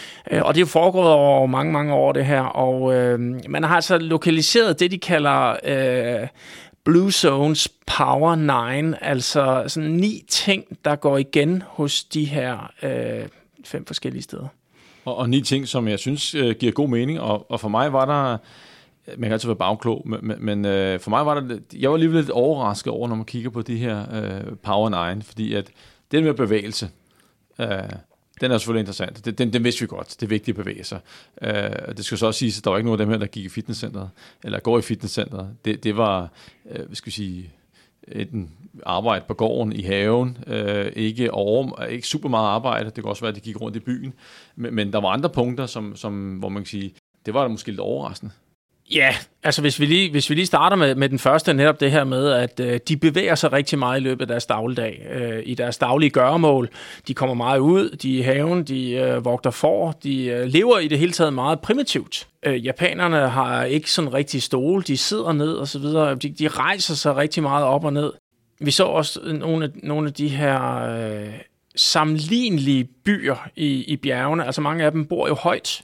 Speaker 2: Og det er jo foregået over mange, mange år, det her, og øh, man har altså lokaliseret det, de kalder øh, Blue Zones Power ni, altså sådan ni ting, der går igen hos de her øh, fem forskellige steder.
Speaker 1: Og, og ni ting, som jeg synes øh, giver god mening, og, og for mig var der, man kan altid være bagklog, men, men øh, for mig var der, jeg var alligevel lidt overrasket over, når man kigger på de her øh, Power ni, fordi at det med bevægelse, øh, den er selvfølgelig interessant. Den, den, den vidste vi godt. Det er vigtigt at bevæge sig. Øh, det skal så også siges, at der var ikke nogen af dem her, der gik i fitnesscenteret, eller går i fitnesscenteret. Det, det var, øh, hvad skal vi sige, et arbejde på gården, i haven, øh, ikke, over, ikke super meget arbejde. Det kan også være, at de gik rundt i byen. Men, men der var andre punkter, som, som, hvor man kan sige, det var da måske lidt overraskende.
Speaker 2: Ja, altså hvis vi lige, hvis vi lige starter med, med den første, netop det her med, at øh, de bevæger sig rigtig meget i løbet af deres dagligdag, øh, i deres daglige gøremål. De kommer meget ud, de er i haven, de øh, vogter får, de øh, lever i det hele taget meget primitivt. Øh, japanerne har ikke sådan rigtig stole, de sidder ned og så videre, de, de rejser sig rigtig meget op og ned. Vi så også nogle af, nogle af de her øh, sammenlignelige byer i, i bjergene, altså mange af dem bor jo højt.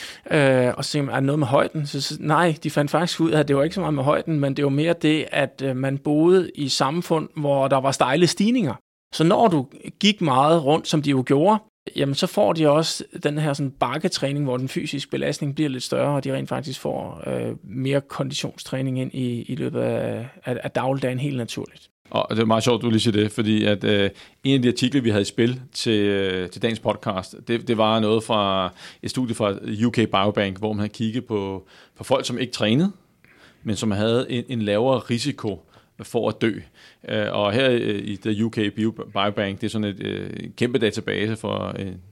Speaker 2: Øh, og så tænkte man, er det noget med højden? Så, så, nej, de fandt faktisk ud af, at det var ikke så meget med højden, men det var mere det, at øh, man boede i samfund, hvor der var stejle stigninger. Så når du gik meget rundt, som de jo gjorde, jamen så får de også den her sådan bakketræning, hvor den fysiske belastning bliver lidt større, og de rent faktisk får øh, mere konditionstræning ind i, i løbet af, af, af dagligdagen helt naturligt.
Speaker 1: Og det er meget sjovt, du lige siger det, fordi at øh, en af de artikler, vi havde i spil til, øh, til dagens podcast, det, det var noget fra et studie fra U K Biobank, hvor man havde kigget på, på folk, som ikke trænede, men som havde en, en lavere risiko for at dø. Øh, og her øh, i The U K Biobank, det er sådan et øh, kæmpe database for øh,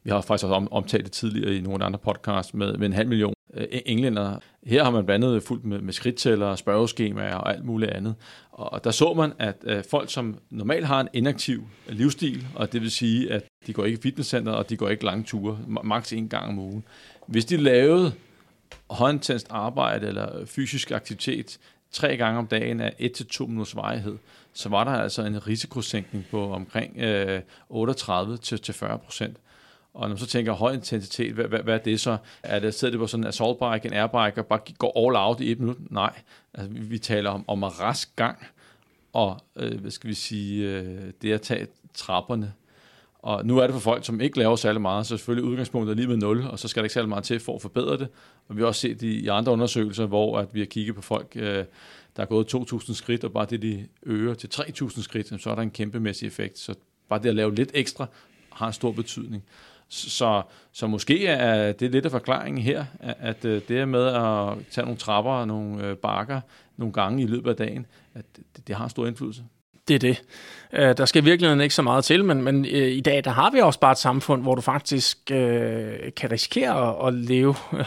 Speaker 1: Vi har faktisk også omtalt det tidligere i nogle andre podcasts med, med en halv million englænder. Her har man blandt andet fulgt med, med skridttæller, spørgeskemaer og alt muligt andet. Og der så man, at øh, folk, som normalt har en inaktiv livsstil, og det vil sige, at de går ikke i fitnesscenter, og de går ikke lange ture, maks en gang om ugen. Hvis de lavede håndtænst arbejde eller fysisk aktivitet tre gange om dagen af et til to minutters varighed, så var der altså en risikosænkning på omkring øh, otteogtredive til fyrre procent. Og når man så tænker høj intensitet, hvad, hvad, hvad er det så? Er det, sidder det på sådan en assault bike, en airbike, og bare går all out i et minut? Nej, altså, vi, vi taler om, om en rask gang, og øh, hvad skal vi sige, øh, det at tage trapperne. Og nu er det for folk, som ikke laver særlig meget, så selvfølgelig udgangspunktet er lige med nul, og så skal der ikke særlig meget til for at forbedre det. Og vi har også set i, i andre undersøgelser, hvor at vi har kigget på folk, øh, der er gået to tusind skridt, og bare det, de øger til tre tusind skridt, så er der en kæmpemæssig effekt. Så bare det at lave lidt ekstra har en stor betydning. Så, så måske er det lidt af forklaringen her, at det er med at tage nogle trapper og nogle bakker nogle gange i løbet af dagen, at det, det har en stor indflydelse.
Speaker 2: Det er det. Der skal virkelig ikke så meget til, men, men i dag der har vi også bare et samfund, hvor du faktisk øh, kan risikere at leve øh,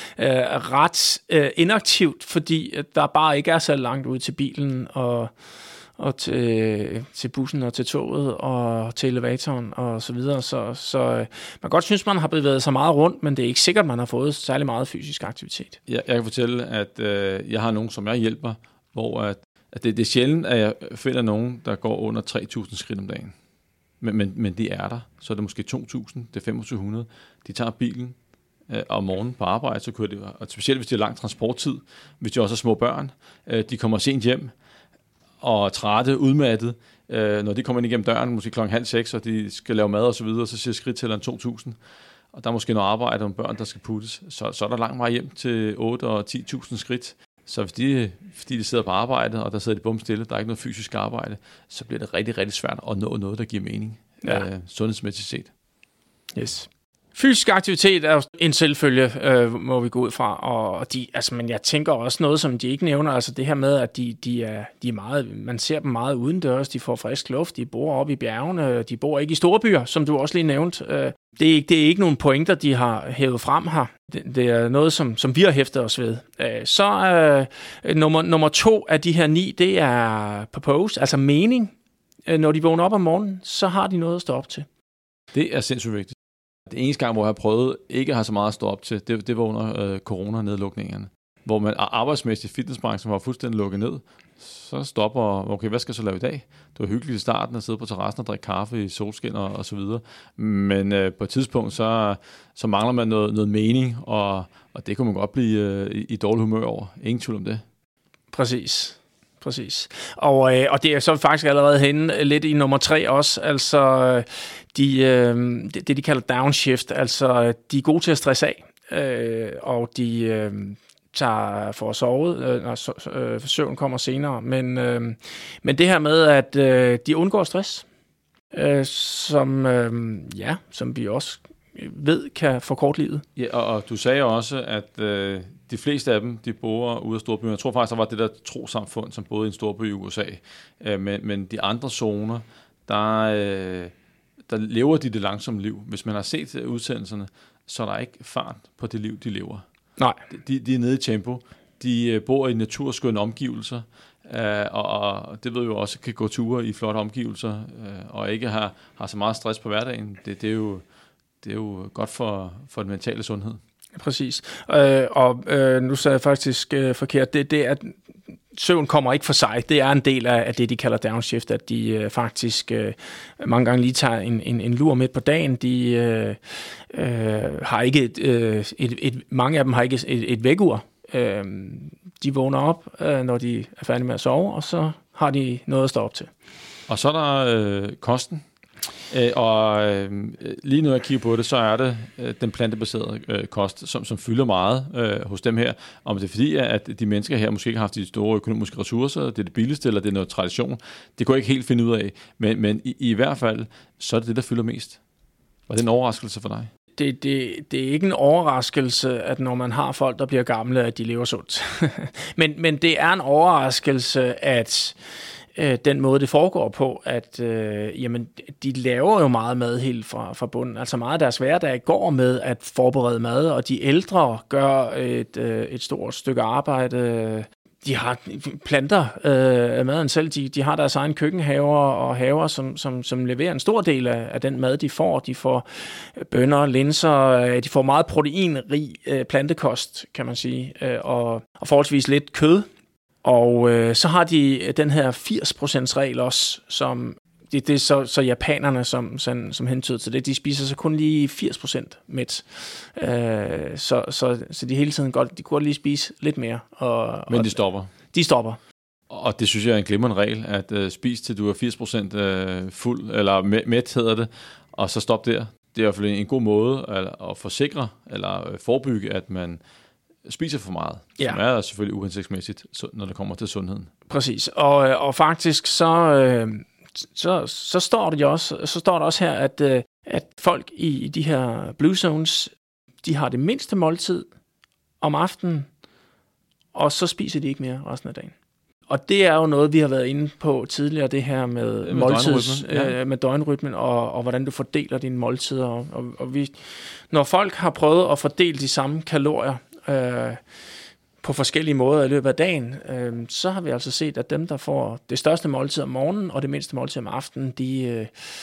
Speaker 2: ret øh, inaktivt, fordi der bare ikke er så langt ud til bilen og og til, til bussen og til toget og til elevatoren og så videre. Så, så man kan godt synes, man har bevæget sig meget rundt, men det er ikke sikkert, man har fået særlig meget fysisk aktivitet.
Speaker 1: Jeg, jeg kan fortælle, at øh, jeg har nogen, som jeg hjælper, hvor at, at det, det er sjældent, at jeg finder nogen, der går under tre tusind skridt om dagen. Men, men, men de er der. Så er det måske to tusind, det er femogtyve hundrede. De tager bilen øh, om morgenen på arbejde, så kører de, og specielt hvis det er lang transporttid, hvis de også har små børn, øh, de kommer sent hjem, og trætte, udmattet, øh, når de kommer ind igennem døren, måske klokken halv seks, og de skal lave mad og så videre, så siger skridttælleren to tusind, og der er måske noget arbejde om børn, der skal puttes, så, så er der lang vej hjem til otte og ti tusind skridt. Så hvis de, fordi de sidder på arbejde, og der sidder de bum stille, der er ikke noget fysisk arbejde, så bliver det rigtig, rigtig svært at nå noget, der giver mening, ja. øh, sundhedsmæssigt set.
Speaker 2: Yes. Fysisk aktivitet er jo en selvfølge, øh, må vi gå ud fra, og de, altså, men jeg tænker også noget, som de ikke nævner, altså det her med, at de, de, er, de er meget, man ser dem meget udendørs, de får frisk luft, de bor oppe i bjergene, de bor ikke i store byer, som du også lige nævnte. Øh, det, er ikke, det er ikke nogen pointer, de har hævet frem her. Det, det er noget, som, som vi har hæftet os ved. Øh, så øh, nummer, nummer to af de her ni, det er purpose, altså mening. Øh, når de vågner op om morgenen, så har de noget at stå op til.
Speaker 1: Det er sindssygt vigtigt. Det eneste gang, hvor jeg har prøvet ikke at have så meget at stå op til, det, det var under øh, corona-nedlukningerne. Hvor man arbejdsmæssigt fitnessbranchen var fuldstændig lukket ned. Så stopper, okay, hvad skal jeg så lave i dag? Det var hyggeligt i starten at sidde på terrassen og drikke kaffe i solskin og, og så videre. Men øh, på et tidspunkt, så, så mangler man noget, noget mening, og, og det kunne man godt blive øh, i, i dårlig humør over. Ingen tvivl om det.
Speaker 2: Præcis. Præcis. Og, øh, og det er så faktisk allerede henne lidt i nummer tre også, altså de, øh, det, det, de kalder downshift, altså de er gode til at stresse af, øh, og de øh, tager for at sove, øh, når øh, søvn kommer senere, men, øh, men det her med, at øh, de undgår stress, øh, som, øh, ja, som vi også ved kan forkorte livet.
Speaker 1: Ja, og, og du sagde også, at øh, de fleste af dem, de bor ude af storbyen. Jeg tror faktisk, der var det der trosamfund, som boede i en storby i U S A. Øh, men, men de andre zoner, der, øh, der lever de det langsomme liv. Hvis man har set udsendelserne, så er der ikke fart på det liv, de lever.
Speaker 2: Nej.
Speaker 1: De, de er nede i tempo. De øh, bor i naturskønne omgivelser. Øh, og, og det ved jo også, kan gå ture i flotte omgivelser, øh, og ikke har, har så meget stress på hverdagen. Det, det er jo... Det er jo godt for, for den mentale sundhed.
Speaker 2: Præcis. Øh, og øh, nu sagde jeg faktisk øh, forkert. Det, det er, at søvn kommer ikke for sig. Det er en del af, af det, de kalder downshift, at de øh, faktisk øh, mange gange lige tager en, en, en lur midt på dagen. De øh, øh, har ikke et, øh, et, et, mange af dem har ikke et, et vækkeur. Øh, de vågner op, øh, når de er færdige med at sove, og så har de noget at stå op til.
Speaker 1: Og så er der øh, kosten. Øh, og øh, lige nu jeg kigger på det, så er det øh, den plantebaserede øh, kost, som, som fylder meget øh, hos dem her. Om det er fordi, at de mennesker her måske ikke har haft de store økonomiske ressourcer, det er det billigste, eller det er noget tradition. Det kunne jeg ikke helt finde ud af. Men, men i, i hvert fald, så er det det, der fylder mest. Var det en overraskelse for dig?
Speaker 2: Det, det, det er ikke en overraskelse, at når man har folk, der bliver gamle, at de lever sundt. men, men det er en overraskelse, at øh, den måde, det foregår på, at øh, jamen, de laver jo meget mad helt fra, fra bunden. Altså meget af deres hverdag går med at forberede mad, og de ældre gør et, øh, et stort stykke arbejde. De har planter øh, maden selv. De, de har deres egen køkkenhaver og haver, som, som, som leverer en stor del af, af den mad, de får. De får bønner, linser, de får meget proteinrig øh, plantekost, kan man sige, øh, og, og forholdsvis lidt kød. Og øh, så har de den her firs procent regel også, som det, det er så, så japanerne, som, som, som hentyder til det. De spiser så kun lige firs procent mæt. Øh, så, så, så de hele tiden godt, de kunne godt lige spise lidt mere. Og,
Speaker 1: Men
Speaker 2: og
Speaker 1: de stopper?
Speaker 2: De stopper.
Speaker 1: Og det synes jeg er en glimrende regel, at øh, spise til du er firs procent øh, fuld, eller mæt hedder det, og så stop der. Det er i hvert fald en god måde at, at forsikre, eller forebygge, at man spiser for meget, ja. Som er selvfølgelig uhensigtsmæssigt, når det kommer til sundheden.
Speaker 2: Præcis, og, og faktisk så, øh, så, så, står det også, så står der også her, at, øh, at folk i de her blue zones, de har det mindste måltid om aftenen, og så spiser de ikke mere resten af dagen. Og det er jo noget, vi har været inde på tidligere, det her med, med måltids, døgnrytmen, ja. øh, med døgnrytmen og, og hvordan du fordeler dine måltider. Og, og, og vi, når folk har prøvet at fordele de samme kalorier øh, på forskellige måder i løbet af dagen, øh, så har vi altså set, at dem, der får det største måltid om morgenen og det mindste måltid om aftenen, de øh,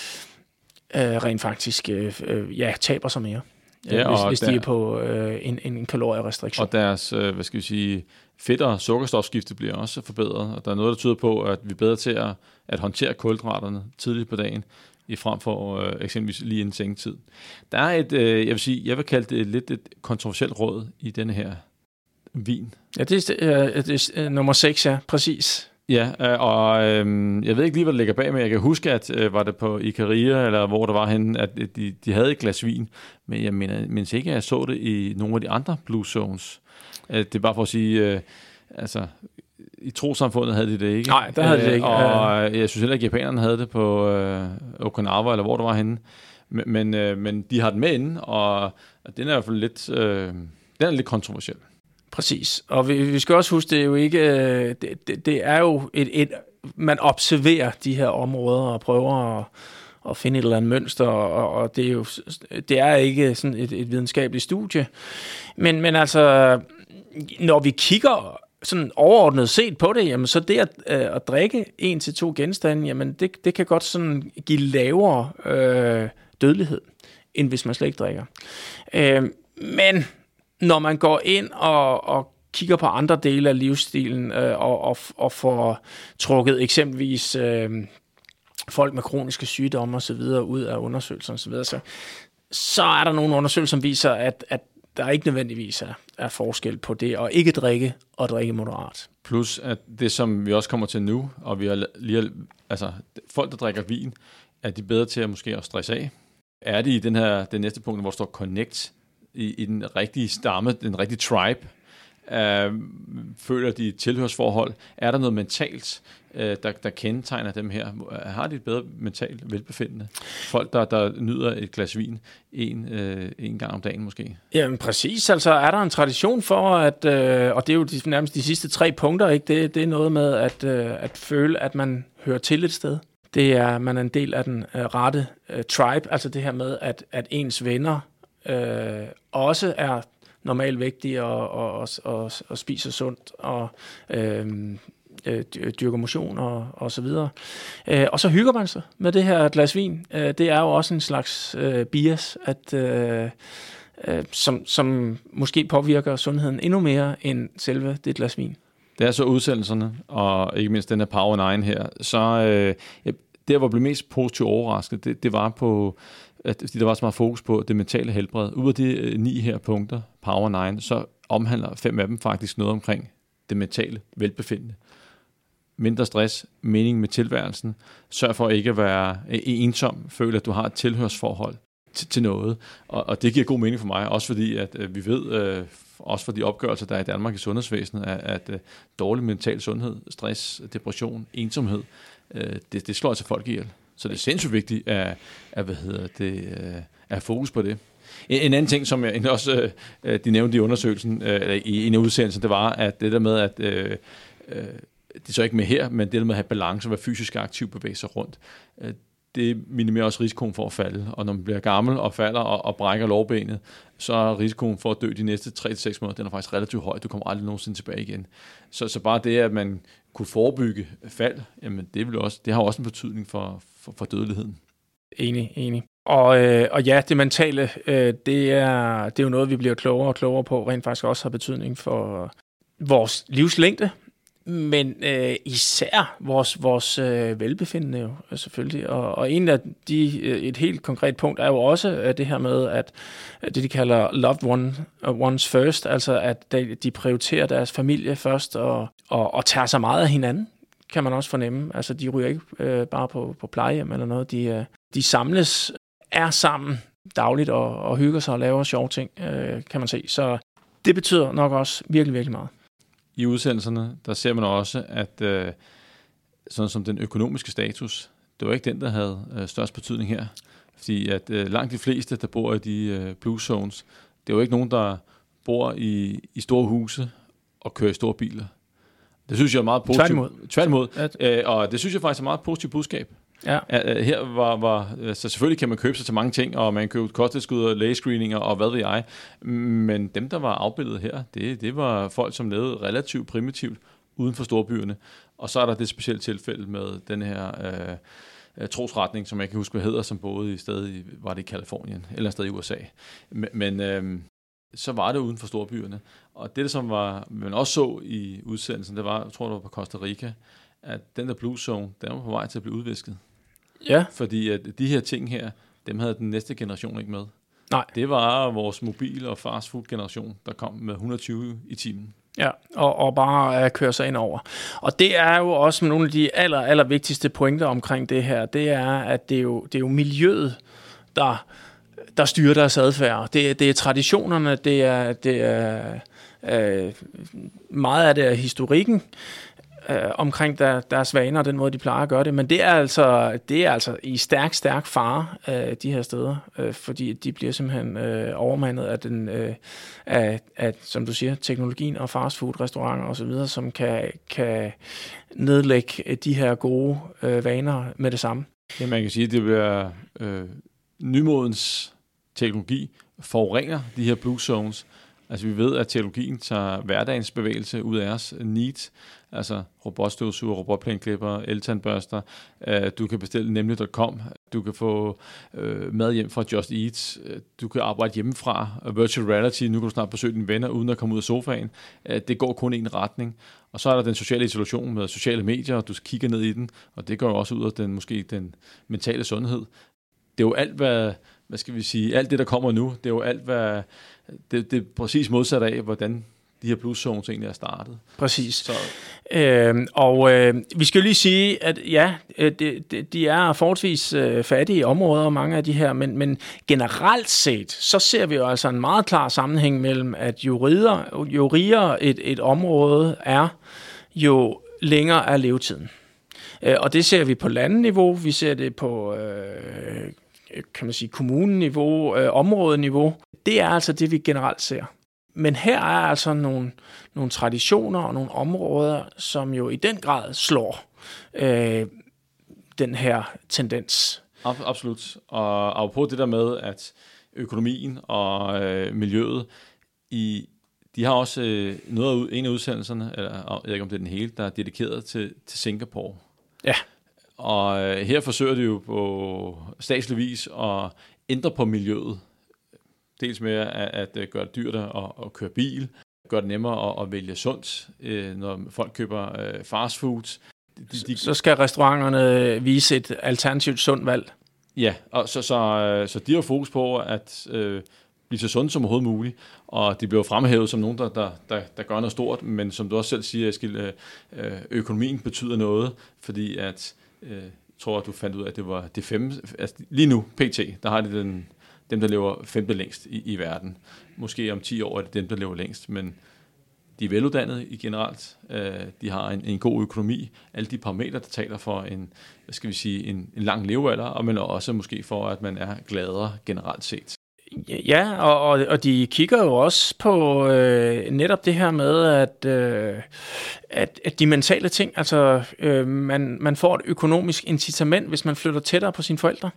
Speaker 2: øh, rent faktisk øh, ja, taber sig mere. Ja, hvis, hvis der, de er på øh, en, en kalorierestriktion.
Speaker 1: Og deres, øh, hvad skal vi sige, fedt- og sukkerstofskifte bliver også forbedret, og der er noget, der tyder på, at vi er bedre til at, at håndtere kulhydraterne tidligt på dagen, i frem for øh, eksempelvis lige inden sengetid. Der er et, øh, jeg vil sige, jeg vil kalde det lidt et kontroversielt råd i denne her vin.
Speaker 2: Ja, det er, øh, det er nummer seks, ja, præcis.
Speaker 1: Ja, og øh, jeg ved ikke lige, hvad der ligger bag, men jeg kan huske, at øh, var det på Ikaria, eller hvor der var henne, at de, de havde et glas vin, men jeg mener, mindes ikke, at jeg så det i nogle af de andre blue zones. Det er bare for at sige, øh, altså, i trosamfundet havde de det ikke.
Speaker 2: Nej, der havde de det ikke.
Speaker 1: Og jeg synes heller ikke, at japanerne havde det på øh, Okinawa, eller hvor det var henne. Men, men, øh, men de har den med inde, og den er i hvert fald lidt, øh, den er lidt kontroversiel.
Speaker 2: Præcis, og vi, vi skal også huske, det er jo ikke, det, det, det er jo et, et, man observerer de her områder og prøver at, at finde et eller andet mønster, og, og det er jo, det er ikke sådan et, et videnskabeligt studie, men, men altså, når vi kigger sådan overordnet set på det, jamen så det at, at drikke en til to genstande, jamen det, det kan godt sådan give lavere øh, dødelighed, end hvis man slet ikke drikker. Øh, men når man går ind og, og kigger på andre dele af livsstilen øh, og, og, og får trukket eksempelvis øh, folk med kroniske sygdomme og så videre ud af undersøgelser og så videre, så, så er der nogle undersøgelser, som viser, at, at der ikke nødvendigvis er, er forskel på det at ikke drikke og drikke moderat.
Speaker 1: Plus at det, som vi også kommer til nu, og vi har lige, altså folk, der drikker vin, er de bedre til at måske at stresse af? Er de i den her, den næste punkt, hvor der står connect, I, i den rigtige stamme, den rigtige tribe, øh, føler de et tilhørsforhold? Er der noget mentalt, øh, der, der kendetegner dem her? Har de et bedre mentalt velbefindende? Folk, der, der nyder et glas vin en, øh, en gang om dagen måske?
Speaker 2: Jamen præcis, altså er der en tradition for, at, øh, og det er jo de, nærmest de sidste tre punkter, ikke? Det, det er noget med at, øh, at føle, at man hører til et sted. Det er, man er en del af den øh, rette øh, tribe, altså det her med, at, at ens venner Øh, også er normalvægtige og, og, og, og, og spiser sundt og øh, øh, dyrker motion og, og så videre. Øh, og så hygger man sig med det her glas vin. Øh, det er jo også en slags øh, bias, at, øh, øh, som, som måske påvirker sundheden endnu mere end selve det glas vin.
Speaker 1: Det er så udsendelserne, og ikke mindst den her Power ni her. Så øh, der, hvor jeg blev mest positivt overrasket, det, det var på at der var så meget fokus på det mentale helbred. Ud af de øh, ni her punkter, Power ni, så omhandler fem af dem faktisk noget omkring det mentale velbefindende. Mindre stress, mening med tilværelsen, sørg for ikke at være øh, ensom, føle, at du har et tilhørsforhold til, til noget. Og, og det giver god mening for mig, også fordi at øh, vi ved, øh, også for de opgørelser, der er i Danmark i sundhedsvæsenet, at, at øh, dårlig mental sundhed, stress, depression, ensomhed, øh, det, det slår altså folk ihjel. Så det er sindssygt vigtigt at, at, hvad hedder det, at fokus på det. En, en anden ting, som jeg også de nævnte i undersøgelsen, eller i en af udsendelsen, det var, at det der med, at øh, det er så ikke med her, men det med at have balance og være fysisk aktiv, bevæge sig rundt, det minimerer også risikoen for at falde. Og når man bliver gammel og falder og, og brækker lårbenet, så er risikoen for at dø de næste tre til seks måneder, den er faktisk relativt høj. Du kommer aldrig nogensinde tilbage igen. Så, så bare det, at man kunne forebygge fald, jamen det, vil også, det har også en betydning for, for, for dødeligheden.
Speaker 2: Enig, enig. Og, øh, og ja, det mentale, øh, det, er, det er jo noget, vi bliver klogere og klogere på, rent faktisk også har betydning for vores livslængde, men øh, især vores, vores øh, velbefindende jo, selvfølgelig. Og, og en af de, et helt konkret punkt er jo også det her med, at det de kalder loved one, uh, ones first, altså at de, de prioriterer deres familie først og, og, og tager sig meget af hinanden, kan man også fornemme. Altså de ryger ikke øh, bare på, på plejehjem eller noget, de, øh, de samles, er sammen dagligt og, og hygger sig og laver sjove ting, øh, kan man se. Så det betyder nok også virkelig, virkelig meget.
Speaker 1: I udsendelserne, der ser man også, at øh, sådan som den økonomiske status, det var ikke den, der havde øh, størst betydning her. Fordi at øh, langt de fleste, der bor i de øh, blue zones, det er jo ikke nogen, der bor i, i store huse og kører i store biler. Det synes jeg er meget positivt.
Speaker 2: Tværtimod.
Speaker 1: Tværtimod. Øh, og det synes jeg faktisk er meget positivt budskab.
Speaker 2: Ja.
Speaker 1: Her var, var så selvfølgelig kan man købe sig til mange ting, og man kan købe kosttilskud og lægescreeninger og hvad ved jeg, men dem, der var afbildet her, det, det var folk, som levede relativt primitivt uden for storbyerne. Og så er der det specielle tilfælde med den her øh, trosretning, som jeg kan huske, hvad hedder, som boede i stedet, var det i Kalifornien, eller et sted i U S A. Men, men øh, så var det uden for storbyerne. Og det, som var, man også så i udsendelsen, det var, jeg tror det var på Costa Rica, at den der blue zone, den var på vej til at blive udvisket.
Speaker 2: Ja.
Speaker 1: Fordi at de her ting her, dem havde den næste generation ikke med.
Speaker 2: Nej.
Speaker 1: Det var vores mobil- og fastfood-generation, der kom med et hundrede og tyve i timen.
Speaker 2: Ja, og, og bare uh, køre sig ind over. Og det er jo også nogle af de aller, aller vigtigste pointer omkring det her. Det er, at det er jo, det er jo miljøet, der, der styrer deres adfærd. Det, det er traditionerne, det er, det er øh, meget af det er historikken, Øh, omkring der, deres vaner og den måde, de plejer at gøre det. Men det er altså, det er altså i stærk, stærk fare øh, de her steder, øh, fordi de bliver simpelthen øh, overmandet af, den, øh, af, af, som du siger, teknologien og fastfood-restauranter osv., som kan, kan nedlægge de her gode øh, vaner med det samme.
Speaker 1: Ja, man kan sige, at det bliver øh, nymodens teknologi forurener de her blue zones. Altså vi ved, at teknologien tager hverdagens bevægelse ud af os, neat, altså robotstøvsuger, robotplæneklipper, eltandbørster. Uh, du kan bestille nemlig punktum com. Du kan få uh, mad hjem fra Just Eat. Du kan arbejde hjemmefra. Uh, virtual reality. Nu kan du snart besøge dine venner uden at komme ud af sofaen. Uh, det går kun i en retning. Og så er der den sociale isolation med sociale medier, og du kigger ned i den, og det går jo også ud af den, måske den mentale sundhed. Det er jo alt, hvad, hvad skal vi sige, alt det, der kommer nu, det er jo alt, hvad, det, det er præcis modsat af, hvordan de her blue zones egentlig er startet.
Speaker 2: Præcis. Så. Øh, og øh, vi skal jo lige sige, at ja, de, de, de er forholdsvis øh, fattige områder, mange af de her, men, men generelt set, så ser vi jo altså en meget klar sammenhæng mellem, at jo rigere, jo rigere et, et område er, jo længere er levetiden. Øh, og det ser vi på landeniveau, vi ser det på øh, kan man sige, kommuneniveau, øh, områdeniveau. Det er altså det, vi generelt ser. Men her er altså nogle, nogle traditioner og nogle områder, som jo i den grad slår øh, den her tendens.
Speaker 1: Absolut. Og apropos det der med, at økonomien og øh, miljøet, i, de har også øh, noget af en af udsendelserne, eller jeg ved ikke om det er den hele, der er dedikeret til, til Singapore.
Speaker 2: Ja.
Speaker 1: Og øh, her forsøger de jo på statslig vis at ændre på miljøet. Dels med at, at gøre det dyrt at, at køre bil, gøre det nemmere at, at vælge sundt, øh, når folk køber øh, fast food.
Speaker 2: De, de, så skal restauranterne vise et alternativt sundt valg.
Speaker 1: Ja, og så, så, så de har fokus på at øh, blive så sundt som overhovedet muligt, og de bliver fremhævet som nogen, der, der, der, der gør noget stort, men som du også selv siger, Eskild, øh, økonomien betyder noget, fordi at, øh, jeg tror, at du fandt ud af, at det var det fem, altså lige nu, P T, der har de den, dem, der lever femte længst i, i verden. Måske om ti år er det dem, der lever længst, men de er veluddannede i generelt. De har en, en god økonomi. Alle de parametre, der taler for en, hvad skal vi sige, en, en lang levealder, og men også måske for, at man er gladere generelt set.
Speaker 2: Ja, og, og, og de kigger jo også på øh, netop det her med, at, øh, at, at de mentale ting, altså øh, man, man får et økonomisk incitament, hvis man flytter tættere på sine forældre,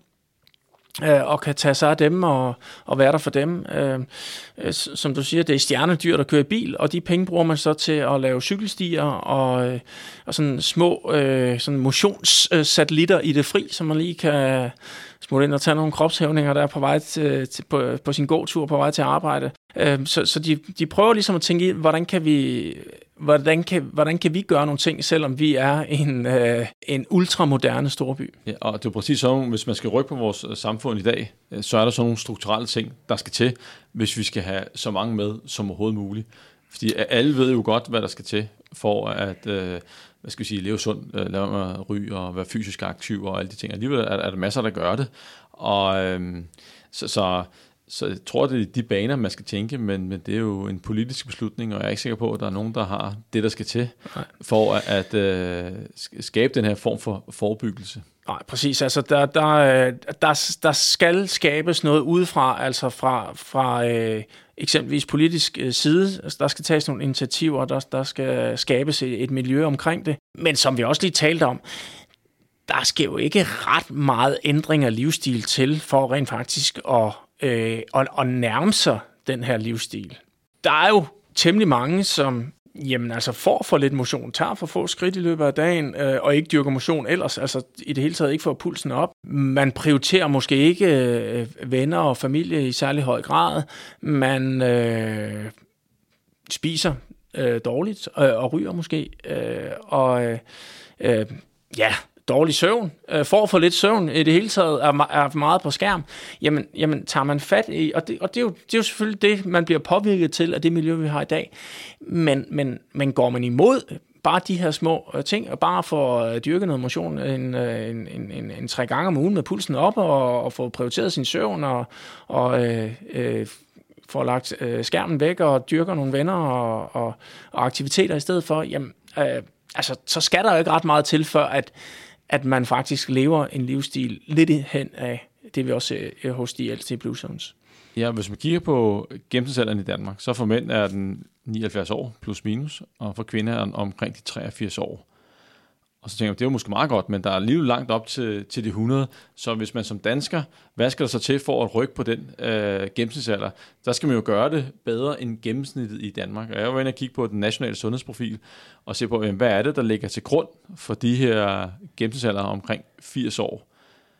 Speaker 2: øh, og kan tage sig af dem og, og være der for dem. Øh, øh, som du siger, det er stjernedyr, der kører i bil, og de penge bruger man så til at lave cykelstier og, øh, og sådan små øh, sådan motionssatellitter i det fri, som man lige kan smutte ind og tage nogle kropshævninger, der er på vej til, til, på, på sin gåtur på vej til arbejde. Øh, så så de, de prøver ligesom at tænke i, hvordan kan vi... Hvordan kan, hvordan kan vi gøre nogle ting, selvom vi er en, øh, en ultramoderne storby?
Speaker 1: Ja, og det er præcis sådan, hvis man skal rykke på vores samfund i dag, så er der sådan nogle strukturelle ting, der skal til, hvis vi skal have så mange med som overhovedet muligt. Fordi alle ved jo godt, hvad der skal til for at øh, hvad skal vi sige, leve sundt, øh, lade mig at ryge og være fysisk aktiv og alle de ting. Alligevel er, er der masser, der gør det. Og øh, så... så Så jeg tror, det er de baner, man skal tænke, men, men det er jo en politisk beslutning, og jeg er ikke sikker på, at der er nogen, der har det, der skal til, Nej. for at, at øh, skabe den her form for forebyggelse.
Speaker 2: Nej, præcis. Altså, der, der, der, der skal skabes noget udefra, altså fra, fra øh, eksempelvis politisk øh, side. Altså, der skal tages nogle initiativer, der, der skal skabes et, et miljø omkring det. Men som vi også lige talte om, der skal jo ikke ret meget ændring af livsstil til, for rent faktisk at Øh, og, og nærme sig den her livsstil. Der er jo temmelig mange, som jamen, altså får for lidt motion, tager for få skridt i løbet af dagen, øh, og ikke dyrker motion ellers, altså i det hele taget ikke får pulsen op. Man prioriterer måske ikke øh, venner og familie i særlig høj grad. Man øh, spiser øh, dårligt øh, og ryger måske. Øh, og øh, øh, ja... dårlig søvn, øh, får for lidt søvn i det hele taget, er, er meget på skærm, jamen, jamen tager man fat i, og, det, og det, er jo, det er jo selvfølgelig det, man bliver påvirket til af det miljø, vi har i dag, men, men, men går man imod bare de her små øh, ting, og bare for at dyrke noget motion en, en, en, en, en tre gange om ugen med pulsen op, og, og få prioriteret sin søvn, og, og øh, øh, får lagt øh, skærmen væk, og dyrker nogle venner og, og, og aktiviteter i stedet for, jamen, øh, altså, så skal der jo ikke ret meget til, før at at man faktisk lever en livsstil lidt hen af det, vi også ser hos de ældste i Blue Zones.
Speaker 1: Ja, hvis man kigger på gennemsnitsalderen i Danmark, så for mænd er den nioghalvfjerds år plus minus, og for kvinder er den omkring de treogfirs år. Og så tænker jeg, det er jo måske meget godt, men der er alligevel langt op til, til de hundrede, så hvis man som dansker, hvad skal der så til for at rykke på den øh, gennemsnitsalder? Der skal man jo gøre det bedre end gennemsnittet i Danmark. Og jeg var inde og kigge på den nationale sundhedsprofil, og se på, hvad er det, der ligger til grund for de her gennemsnitsalder omkring firs år.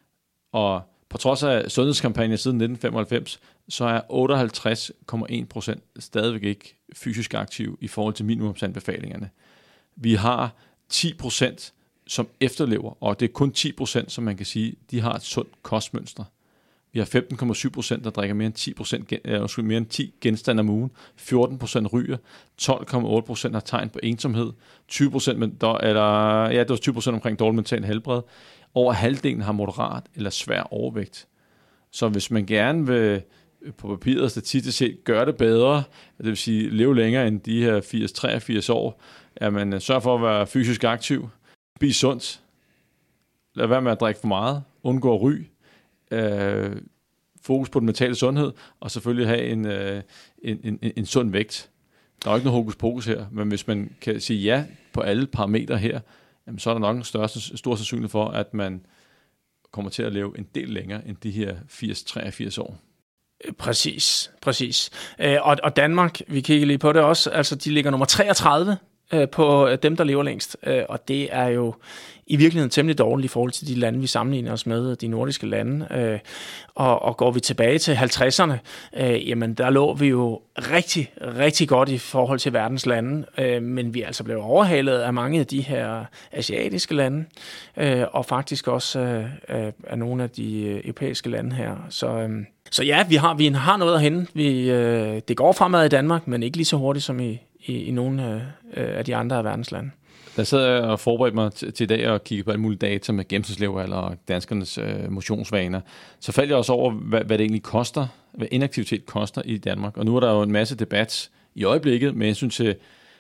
Speaker 1: Og på trods af sundhedskampagnen siden nitten femoghalvfems, så er otteoghalvtreds komma en procent stadigvæk ikke fysisk aktiv i forhold til minimumsanbefalingerne. Vi har ti procent, som efterlever, og det er kun ti procent, som man kan sige, de har et sundt kostmønster. Vi har femten komma syv procent, der drikker mere end ti procent, øh, mere end ti genstande om ugen, fjorten procent ryger, tolv komma otte procent har tegn på ensomhed, tyve procent, eller, ja, det var tyve procent omkring dårlig mental helbred, over halvdelen har moderat eller svær overvægt. Så hvis man gerne vil på papiret statistisk set gøre det bedre, det vil sige leve længere end de her firs til treogfirs år, at man sørger for at være fysisk aktiv, spis sundt, lad være med at drikke for meget, undgå at ryge, øh, fokus på den mentale sundhed, og selvfølgelig have en, øh, en, en, en sund vægt. Der er ikke noget hokus pokus her, men hvis man kan sige ja på alle parametre her, jamen, så er der nok en større, stor sandsynlighed for, at man kommer til at leve en del længere end de her firs til treogfirs år.
Speaker 2: Præcis, præcis. Og, og Danmark, vi kigger lige på det også, altså de ligger nummer treogtredive på dem, der lever længst, og det er jo i virkeligheden temmelig dårligt i forhold til de lande, vi sammenligner os med, de nordiske lande. Og, og går vi tilbage til halvtredserne, jamen der lå vi jo rigtig, rigtig godt i forhold til verdens lande, men vi er altså blevet overhalet af mange af de her asiatiske lande, og faktisk også af nogle af de europæiske lande her. Så Så ja, vi har, vi har noget at hente. Vi, øh, det går fremad i Danmark, men ikke lige så hurtigt som i, i, i nogle øh, af de andre af verdens lande.
Speaker 1: Der sad jeg og forberedte mig til, til i dag og kiggede på alle mulige data med gennemsnitslevealder og danskernes øh, motionsvaner. Så faldt jeg også over, hvad, hvad det egentlig koster, hvad inaktivitet koster i Danmark. Og nu er der jo en masse debat i øjeblikket med hensyn til,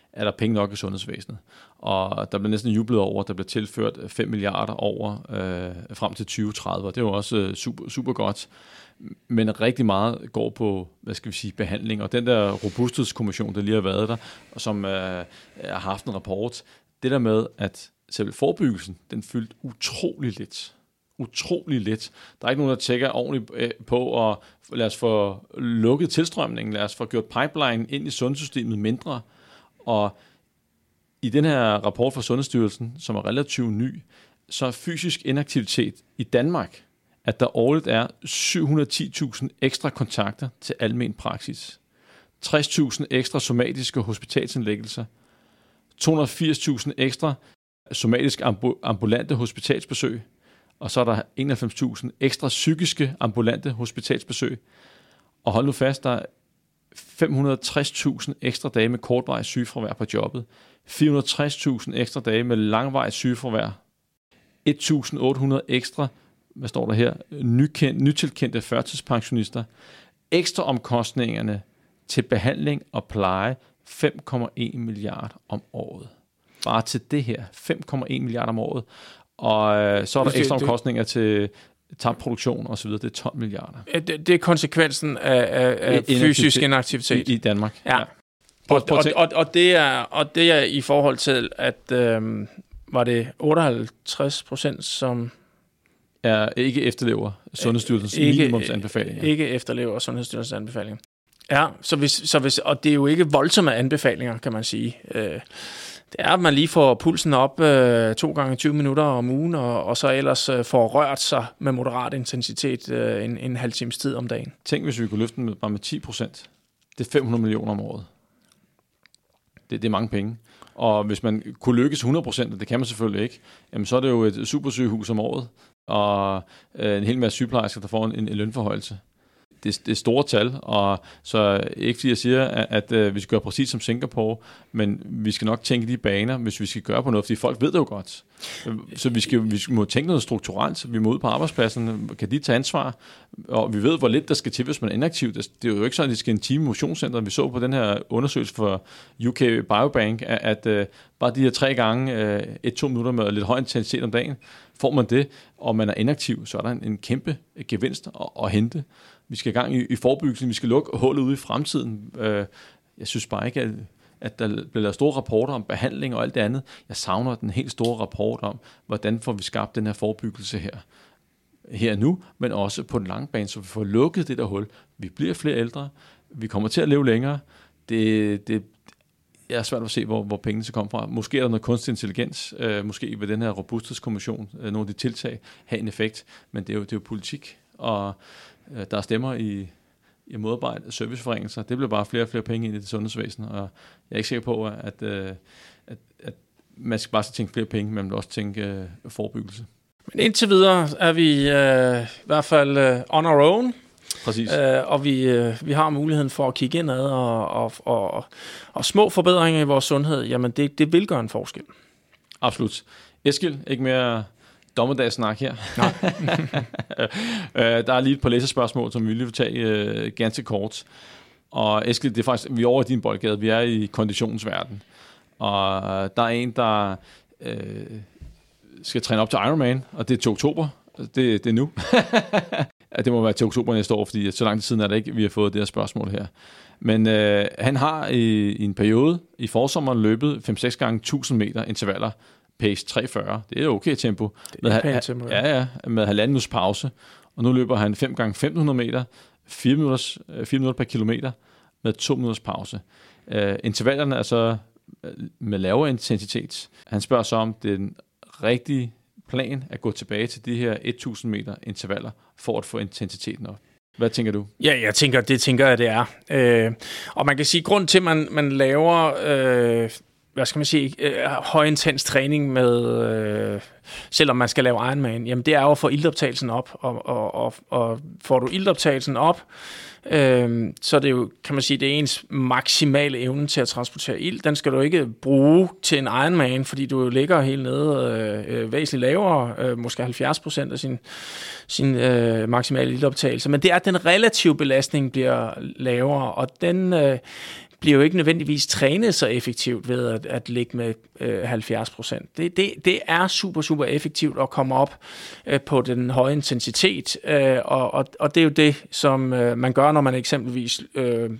Speaker 1: er der penge nok i sundhedsvæsenet. Og der bliver næsten jublet over, at der bliver tilført fem milliarder over øh, frem til tyve tredive, og det er jo også øh, super, super godt. Men rigtig meget går på, hvad skal vi sige, behandling, og den der robusthedskommission, der lige har været der, og som øh, har haft en rapport, det der med, at selv forebyggelsen, den fyldte utrolig lidt. Utrolig lidt. Der er ikke nogen, der tjekker ordentligt på, at lad os få lukket tilstrømningen, lad os få gjort pipeline ind i sundhedssystemet mindre. Og i den her rapport fra Sundhedsstyrelsen, som er relativt ny, så er fysisk inaktivitet i Danmark, at der årligt er syv hundrede og ti tusind ekstra kontakter til almen praksis, tres tusind ekstra somatiske hospitalsindlæggelser, to hundrede og firs tusind ekstra somatiske ambu- ambulante hospitalsbesøg, og så er der enoghalvfems tusind ekstra psykiske ambulante hospitalsbesøg. Og hold nu fast, der er fem hundrede og tres tusind ekstra dage med kortvarig sygefravær på jobbet, fire hundrede og tres tusind ekstra dage med langvarig sygefravær, et tusind otte hundrede ekstra, hvad står der her, nykendt, nytilkendte førtidspensionister, ekstra omkostningerne til behandling og pleje, fem komma en milliarder om året. Bare til det her, fem komma en milliarder om året. Og øh, så er der ekstra omkostninger til tabt produktion og så videre. Det er tolv milliarder.
Speaker 2: Det, det er konsekvensen af, af, af fysisk inaktivitet.
Speaker 1: I, i Danmark.
Speaker 2: Ja. ja. Og, og, og, og, det er, og det er i forhold til, at øh, var det otteoghalvtreds procent, som
Speaker 1: er ikke efterlever Sundhedsstyrelsens
Speaker 2: ikke,
Speaker 1: minimumsanbefalinger.
Speaker 2: Ikke efterlever Sundhedsstyrelsens anbefalinger. Ja, så hvis, så hvis, og det er jo ikke voldsomme anbefalinger, kan man sige. Øh, det er, at man lige får pulsen op øh, to gange tyve minutter om ugen, og, og så ellers øh, får rørt sig med moderat intensitet øh, en, en halv times tid om dagen.
Speaker 1: Tænk, hvis vi kunne løfte den med, bare med ti procent. Det er fem hundrede millioner om året. Det, det er mange penge. Og hvis man kunne lykkes hundrede procent, og det kan man selvfølgelig ikke, jamen så er det jo et supersygehus om året, og øh, en hel masse sygeplejersker, der får en, en lønforhøjelse. Det, det er store tal, og så ikke fordi jeg siger, at, at, at vi skal gøre præcis som Singapore, men vi skal nok tænke de baner, hvis vi skal gøre på noget, fordi folk ved det jo godt. Så vi, skal, vi må tænke noget strukturelt, vi må ud på arbejdspladsen, kan de tage ansvar, og vi ved, hvor lidt der skal til, hvis man er inaktiv. Det er jo ikke sådan, at de skal en time i motionscenter. Vi så på den her undersøgelse for U K Biobank, at, at, at bare de her tre gange, uh, et-to minutter med lidt høj intensitet om dagen, får man det, og man er inaktiv, så er der en, en kæmpe gevinst at, at hente. Vi skal i gang i, i forebyggelsen, vi skal lukke hullet ude i fremtiden. Øh, jeg synes bare ikke, at, at der bliver lavet store rapporter om behandling og alt det andet. Jeg savner den helt store rapport om, hvordan får vi skabt den her forebyggelse her, her nu, men også på den lange bane, så vi får lukket det der hul. Vi bliver flere ældre, vi kommer til at leve længere. Det, det jeg er svært at se, hvor, hvor pengene skal komme fra. Måske er der noget kunstig intelligens, øh, måske vil den her robusthedskommission, øh, nogle af de tiltag, have en effekt, men det er jo, det er jo politik, og øh, der er stemmer i, i modarbejde serviceforringelser. Det bliver bare flere og flere penge ind i det sundhedsvæsen, og jeg er ikke sikker på, at, øh, at, at man skal bare tænke flere penge, men man vil også tænke øh, forebyggelse.
Speaker 2: Men indtil videre er vi øh, i hvert fald øh, on our own.
Speaker 1: Præcis.
Speaker 2: Øh, og vi, øh, vi har muligheden for at kigge indad, og, og, og, og små forbedringer i vores sundhed, jamen det, det vil gøre en forskel.
Speaker 1: Absolut. Eskil, ikke mere dommedagssnak her. øh, der er lige et par læserspørgsmål, som vi lige vil tage øh, ganske kort. Og Eskil, det er faktisk, vi er over i din boldgade, vi er i konditionsverden. Og der er en, der øh, skal træne op til Ironman, og det er til oktober. Det, det er nu. Det må være til oktober næste år, fordi så lang tid siden er det ikke, vi har fået det her spørgsmål her. Men øh, han har i, i en periode i forsommeren løbet fem seks gange tusind meter intervaller, pace tre fyrre. Det er okay tempo.
Speaker 2: Det er pænt tempo.
Speaker 1: Ja, ja, med halvanden minuts pause. Og nu løber han fem gange femten hundrede meter, fire minutter per kilometer, med to minutters pause. Uh, intervallerne er så med lavere intensitet. Han spørger så om den rigtige plan at gå tilbage til de her tusind meter intervaller for at få intensiteten op. Hvad tænker du?
Speaker 2: Ja, jeg tænker, det tænker jeg, det er. Øh, og man kan sige, grund til, at man, man laver, øh, hvad skal man sige, øh, højintens træning med, øh, selvom man skal lave Ironman, jamen det er jo at få iltoptagelsen op, og, og, og, og får du iltoptagelsen op, øh, så er det jo, kan man sige, det er ens maksimale evne til at transportere ilt. Den skal du ikke bruge til en Ironman, fordi du jo ligger helt nede øh, væsentligt lavere, øh, måske halvfjerds procent af sin, sin øh, maksimale iltoptagelse. Men det er, at den relative belastning bliver lavere, og den, øh, bliver jo ikke nødvendigvis trænet så effektivt ved at, at ligge med øh, halvfjerds procent. Det, det, det er super, super effektivt at komme op øh, på den høje intensitet, øh, og, og, og det er jo det, som øh, man gør, når man eksempelvis øh,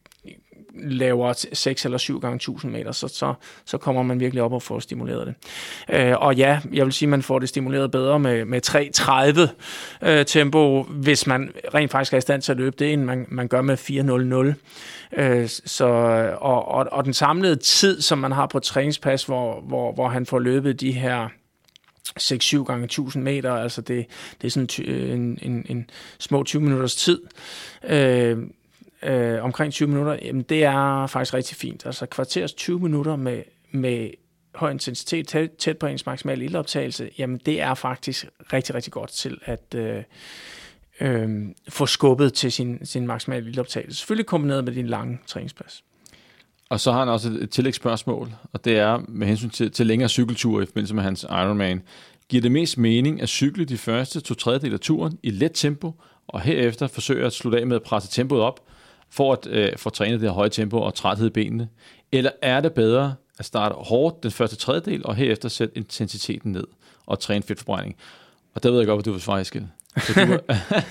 Speaker 2: laver seks eller syv gange tusind meter, så, så, så kommer man virkelig op og får stimuleret det. Øh, og ja, jeg vil sige, at man får det stimuleret bedre med, med tre tredive øh, tempo, hvis man rent faktisk er i stand til at løbe det, end man, man gør med fire nul nul. Øh, så, og, og, og den samlede tid, som man har på et træningspas, hvor, hvor, hvor han får løbet de her seks syv gange tusind meter, altså det, det er sådan en, en, en små tyve minutters tid, øh, Øh, omkring tyve minutter, jamen det er faktisk rigtig fint. Altså kvarters tyve minutter med, med høj intensitet, tæt, tæt på ens maksimale iltoptagelse, jamen det er faktisk rigtig, rigtig godt til at øh, øh, få skubbet til sin, sin maksimale iltoptagelse. Selvfølgelig kombineret med din lange træningspas.
Speaker 1: Og så har han også et tillægsspørgsmål, og det er med hensyn til, til længere cykelture i forbindelse med hans Ironman. Giver det mest mening at cykle de første to tredjedel af turen i let tempo, og herefter forsøge at slutte af med at presse tempoet op, for at øh, få trænet det her høje tempo og træthed i benene? Eller er det bedre at starte hårdt den første tredjedel, og herefter sætte intensiteten ned og træne fedtforbrænding? Og der ved jeg godt, hvad du vil svare, Eskild. Du...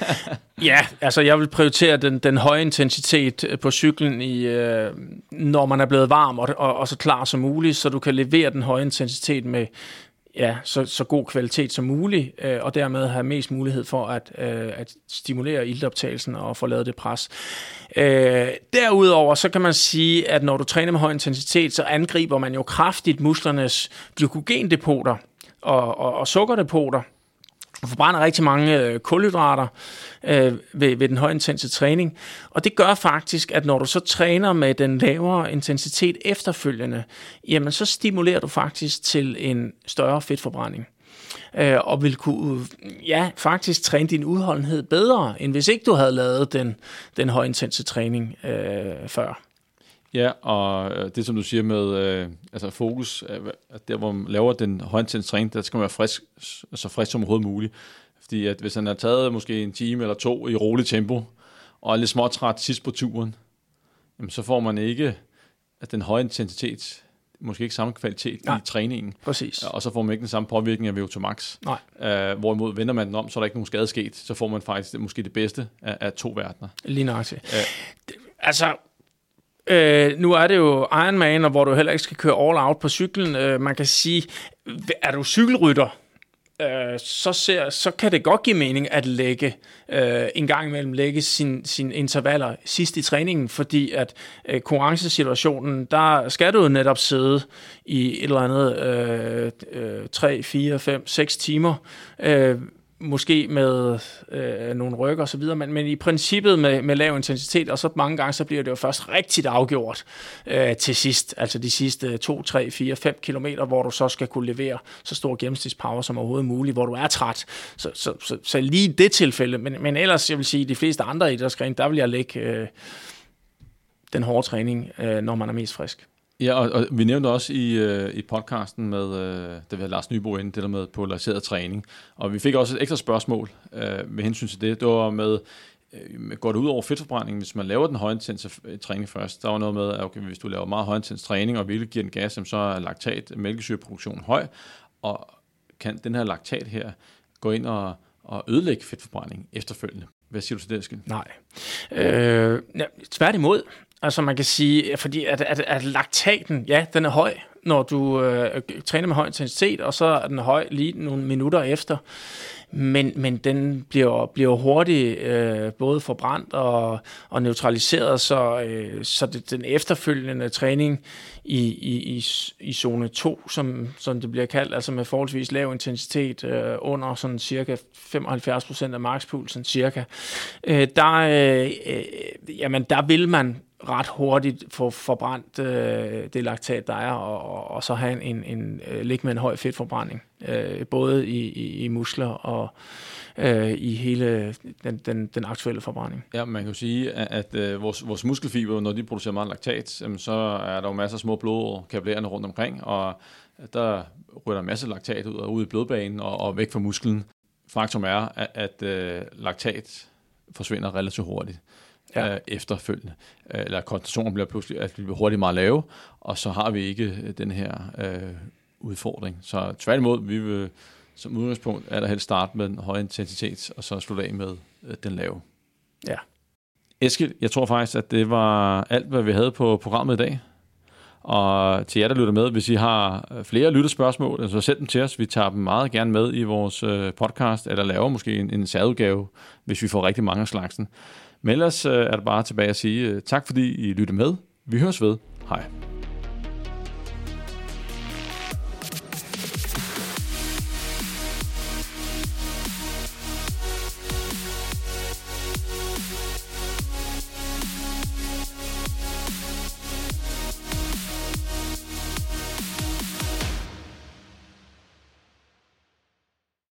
Speaker 2: ja, altså jeg vil prioritere den, den høje intensitet på cyklen, i, øh, når man er blevet varm og, og, og så klar som muligt, så du kan levere den høje intensitet med ja, så, så god kvalitet som muligt, øh, og dermed have mest mulighed for at, øh, at stimulere iltoptagelsen og få lavet det pres. Øh, derudover så kan man sige, at når du træner med høj intensitet, så angriber man jo kraftigt musklernes glykogendepoter og, og, og sukkerdepoter, og forbrænder rigtig mange øh, kulhydrater øh, ved, ved den højintense træning. Og det gør faktisk, at når du så træner med den lavere intensitet efterfølgende, jamen så stimulerer du faktisk til en større fedtforbrænding. Øh, og vil kunne ja, faktisk træne din udholdenhed bedre, end hvis ikke du havde lavet den, den højintense træning øh, før.
Speaker 1: Ja, og det som du siger med øh, altså fokus, at der hvor man laver den højintense træning, der skal man være frisk, så frisk som overhovedet muligt. Fordi at hvis han har taget måske en time eller to i roligt tempo, og er lidt småtræt sidst på turen, jamen så får man ikke at den høje intensitet, måske ikke samme kvalitet Nej. i træningen.
Speaker 2: Præcis.
Speaker 1: Og så får man ikke den samme påvirkning af V O to max. Nej. Uh, hvorimod vender man den om, så er der ikke nogen skade sket, så får man faktisk måske det bedste af, af to verdener.
Speaker 2: Lige nøjagtigt. Uh. Altså, Øh, nu er det jo Ironman, og hvor du heller ikke skal køre all out på cyklen. Øh, man kan sige, er du cykelrytter, øh, så, ser, så kan det godt give mening at lægge øh, en gang imellem lægge sine sin intervaller sidst i træningen, fordi at øh, konkurrencesituationen, der skal du jo netop sidde i et eller andet øh, øh, tre, fire, fem, seks timer, øh, måske med øh, nogle ryg og så videre, men, men i princippet med, med lav intensitet, og så mange gange, så bliver det jo først rigtigt afgjort øh, til sidst, altså de sidste to, tre, fire, fem kilometer, hvor du så skal kunne levere så stor gennemsnitspower som overhovedet muligt, hvor du er træt. Så, så, så, så lige i det tilfælde, men, men ellers, jeg vil sige, de fleste andre idrætsgrene, der vil jeg lægge øh, den hårde træning, øh, når man er mest frisk.
Speaker 1: Ja, og, og vi nævnte også i, øh, i podcasten med, øh, da vi havde Lars Nybo inde, det der med polariseret træning. Og vi fik også et ekstra spørgsmål øh, med hensyn til det. Det var med, øh, går det ud over fedtforbrændingen, hvis man laver den højintense træning først? Der var noget med, at okay, hvis du laver meget højintens træning, og virkelig giver den gas, så er laktat, mælkesyreproduktionen høj. Og kan den her laktat her gå ind og, og ødelægge fedtforbrænding efterfølgende? Hvad siger du til det, Eskild?
Speaker 2: Nej. Øh, ja, tværtimod. Altså man kan sige, fordi at, at, at laktaten, ja, den er høj, når du øh, træner med høj intensitet, og så er den høj lige nogle minutter efter. Men, men den bliver, bliver hurtigt øh, både forbrændt og, og neutraliseret, så, øh, så det, den efterfølgende træning i, i, i, i zone to, som, som det bliver kaldt, altså med forholdsvis lav intensitet øh, under sådan cirka femoghalvfjerds procent af markspulsen, cirka, øh, der, øh, øh, jamen, der vil man ret hurtigt få forbrændt øh, det laktat, der er, og, og, og så have en, en, en øh, ligge med en høj fedtforbrænding, øh, både i, i, i muskler og øh, i hele den, den, den aktuelle forbrænding.
Speaker 1: Ja, man kan jo sige, at, at øh, vores, vores muskelfiber, når de producerer meget laktat, øh, så er der jo masser af små blodkapillærerne rundt omkring, og der ryger der masser af laktat ud, og ud i blodbanen og, og væk fra musklen. Faktum er, at, at øh, laktat forsvinder relativt hurtigt. ja. øh, efterfølgende. Øh, eller koncentrationen bliver pludselig at bliver hurtigt meget lave, og så har vi ikke den her øh, udfordring. Så tværtimod, vi vil som udgangspunkt allerhelst starte med en høj intensitet, og så slutte af med øh, den lave.
Speaker 2: Ja.
Speaker 1: Eskil, jeg tror faktisk, at det var alt, hvad vi havde på programmet i dag. Og til jer, der lytter med, hvis I har flere lyttespørgsmål, så send dem til os. Vi tager dem meget gerne med i vores podcast, eller laver måske en, en særudgave, hvis vi får rigtig mange af slagsen. Men ellers er det bare tilbage at sige tak, fordi I lytter med. Vi høres ved. Hej.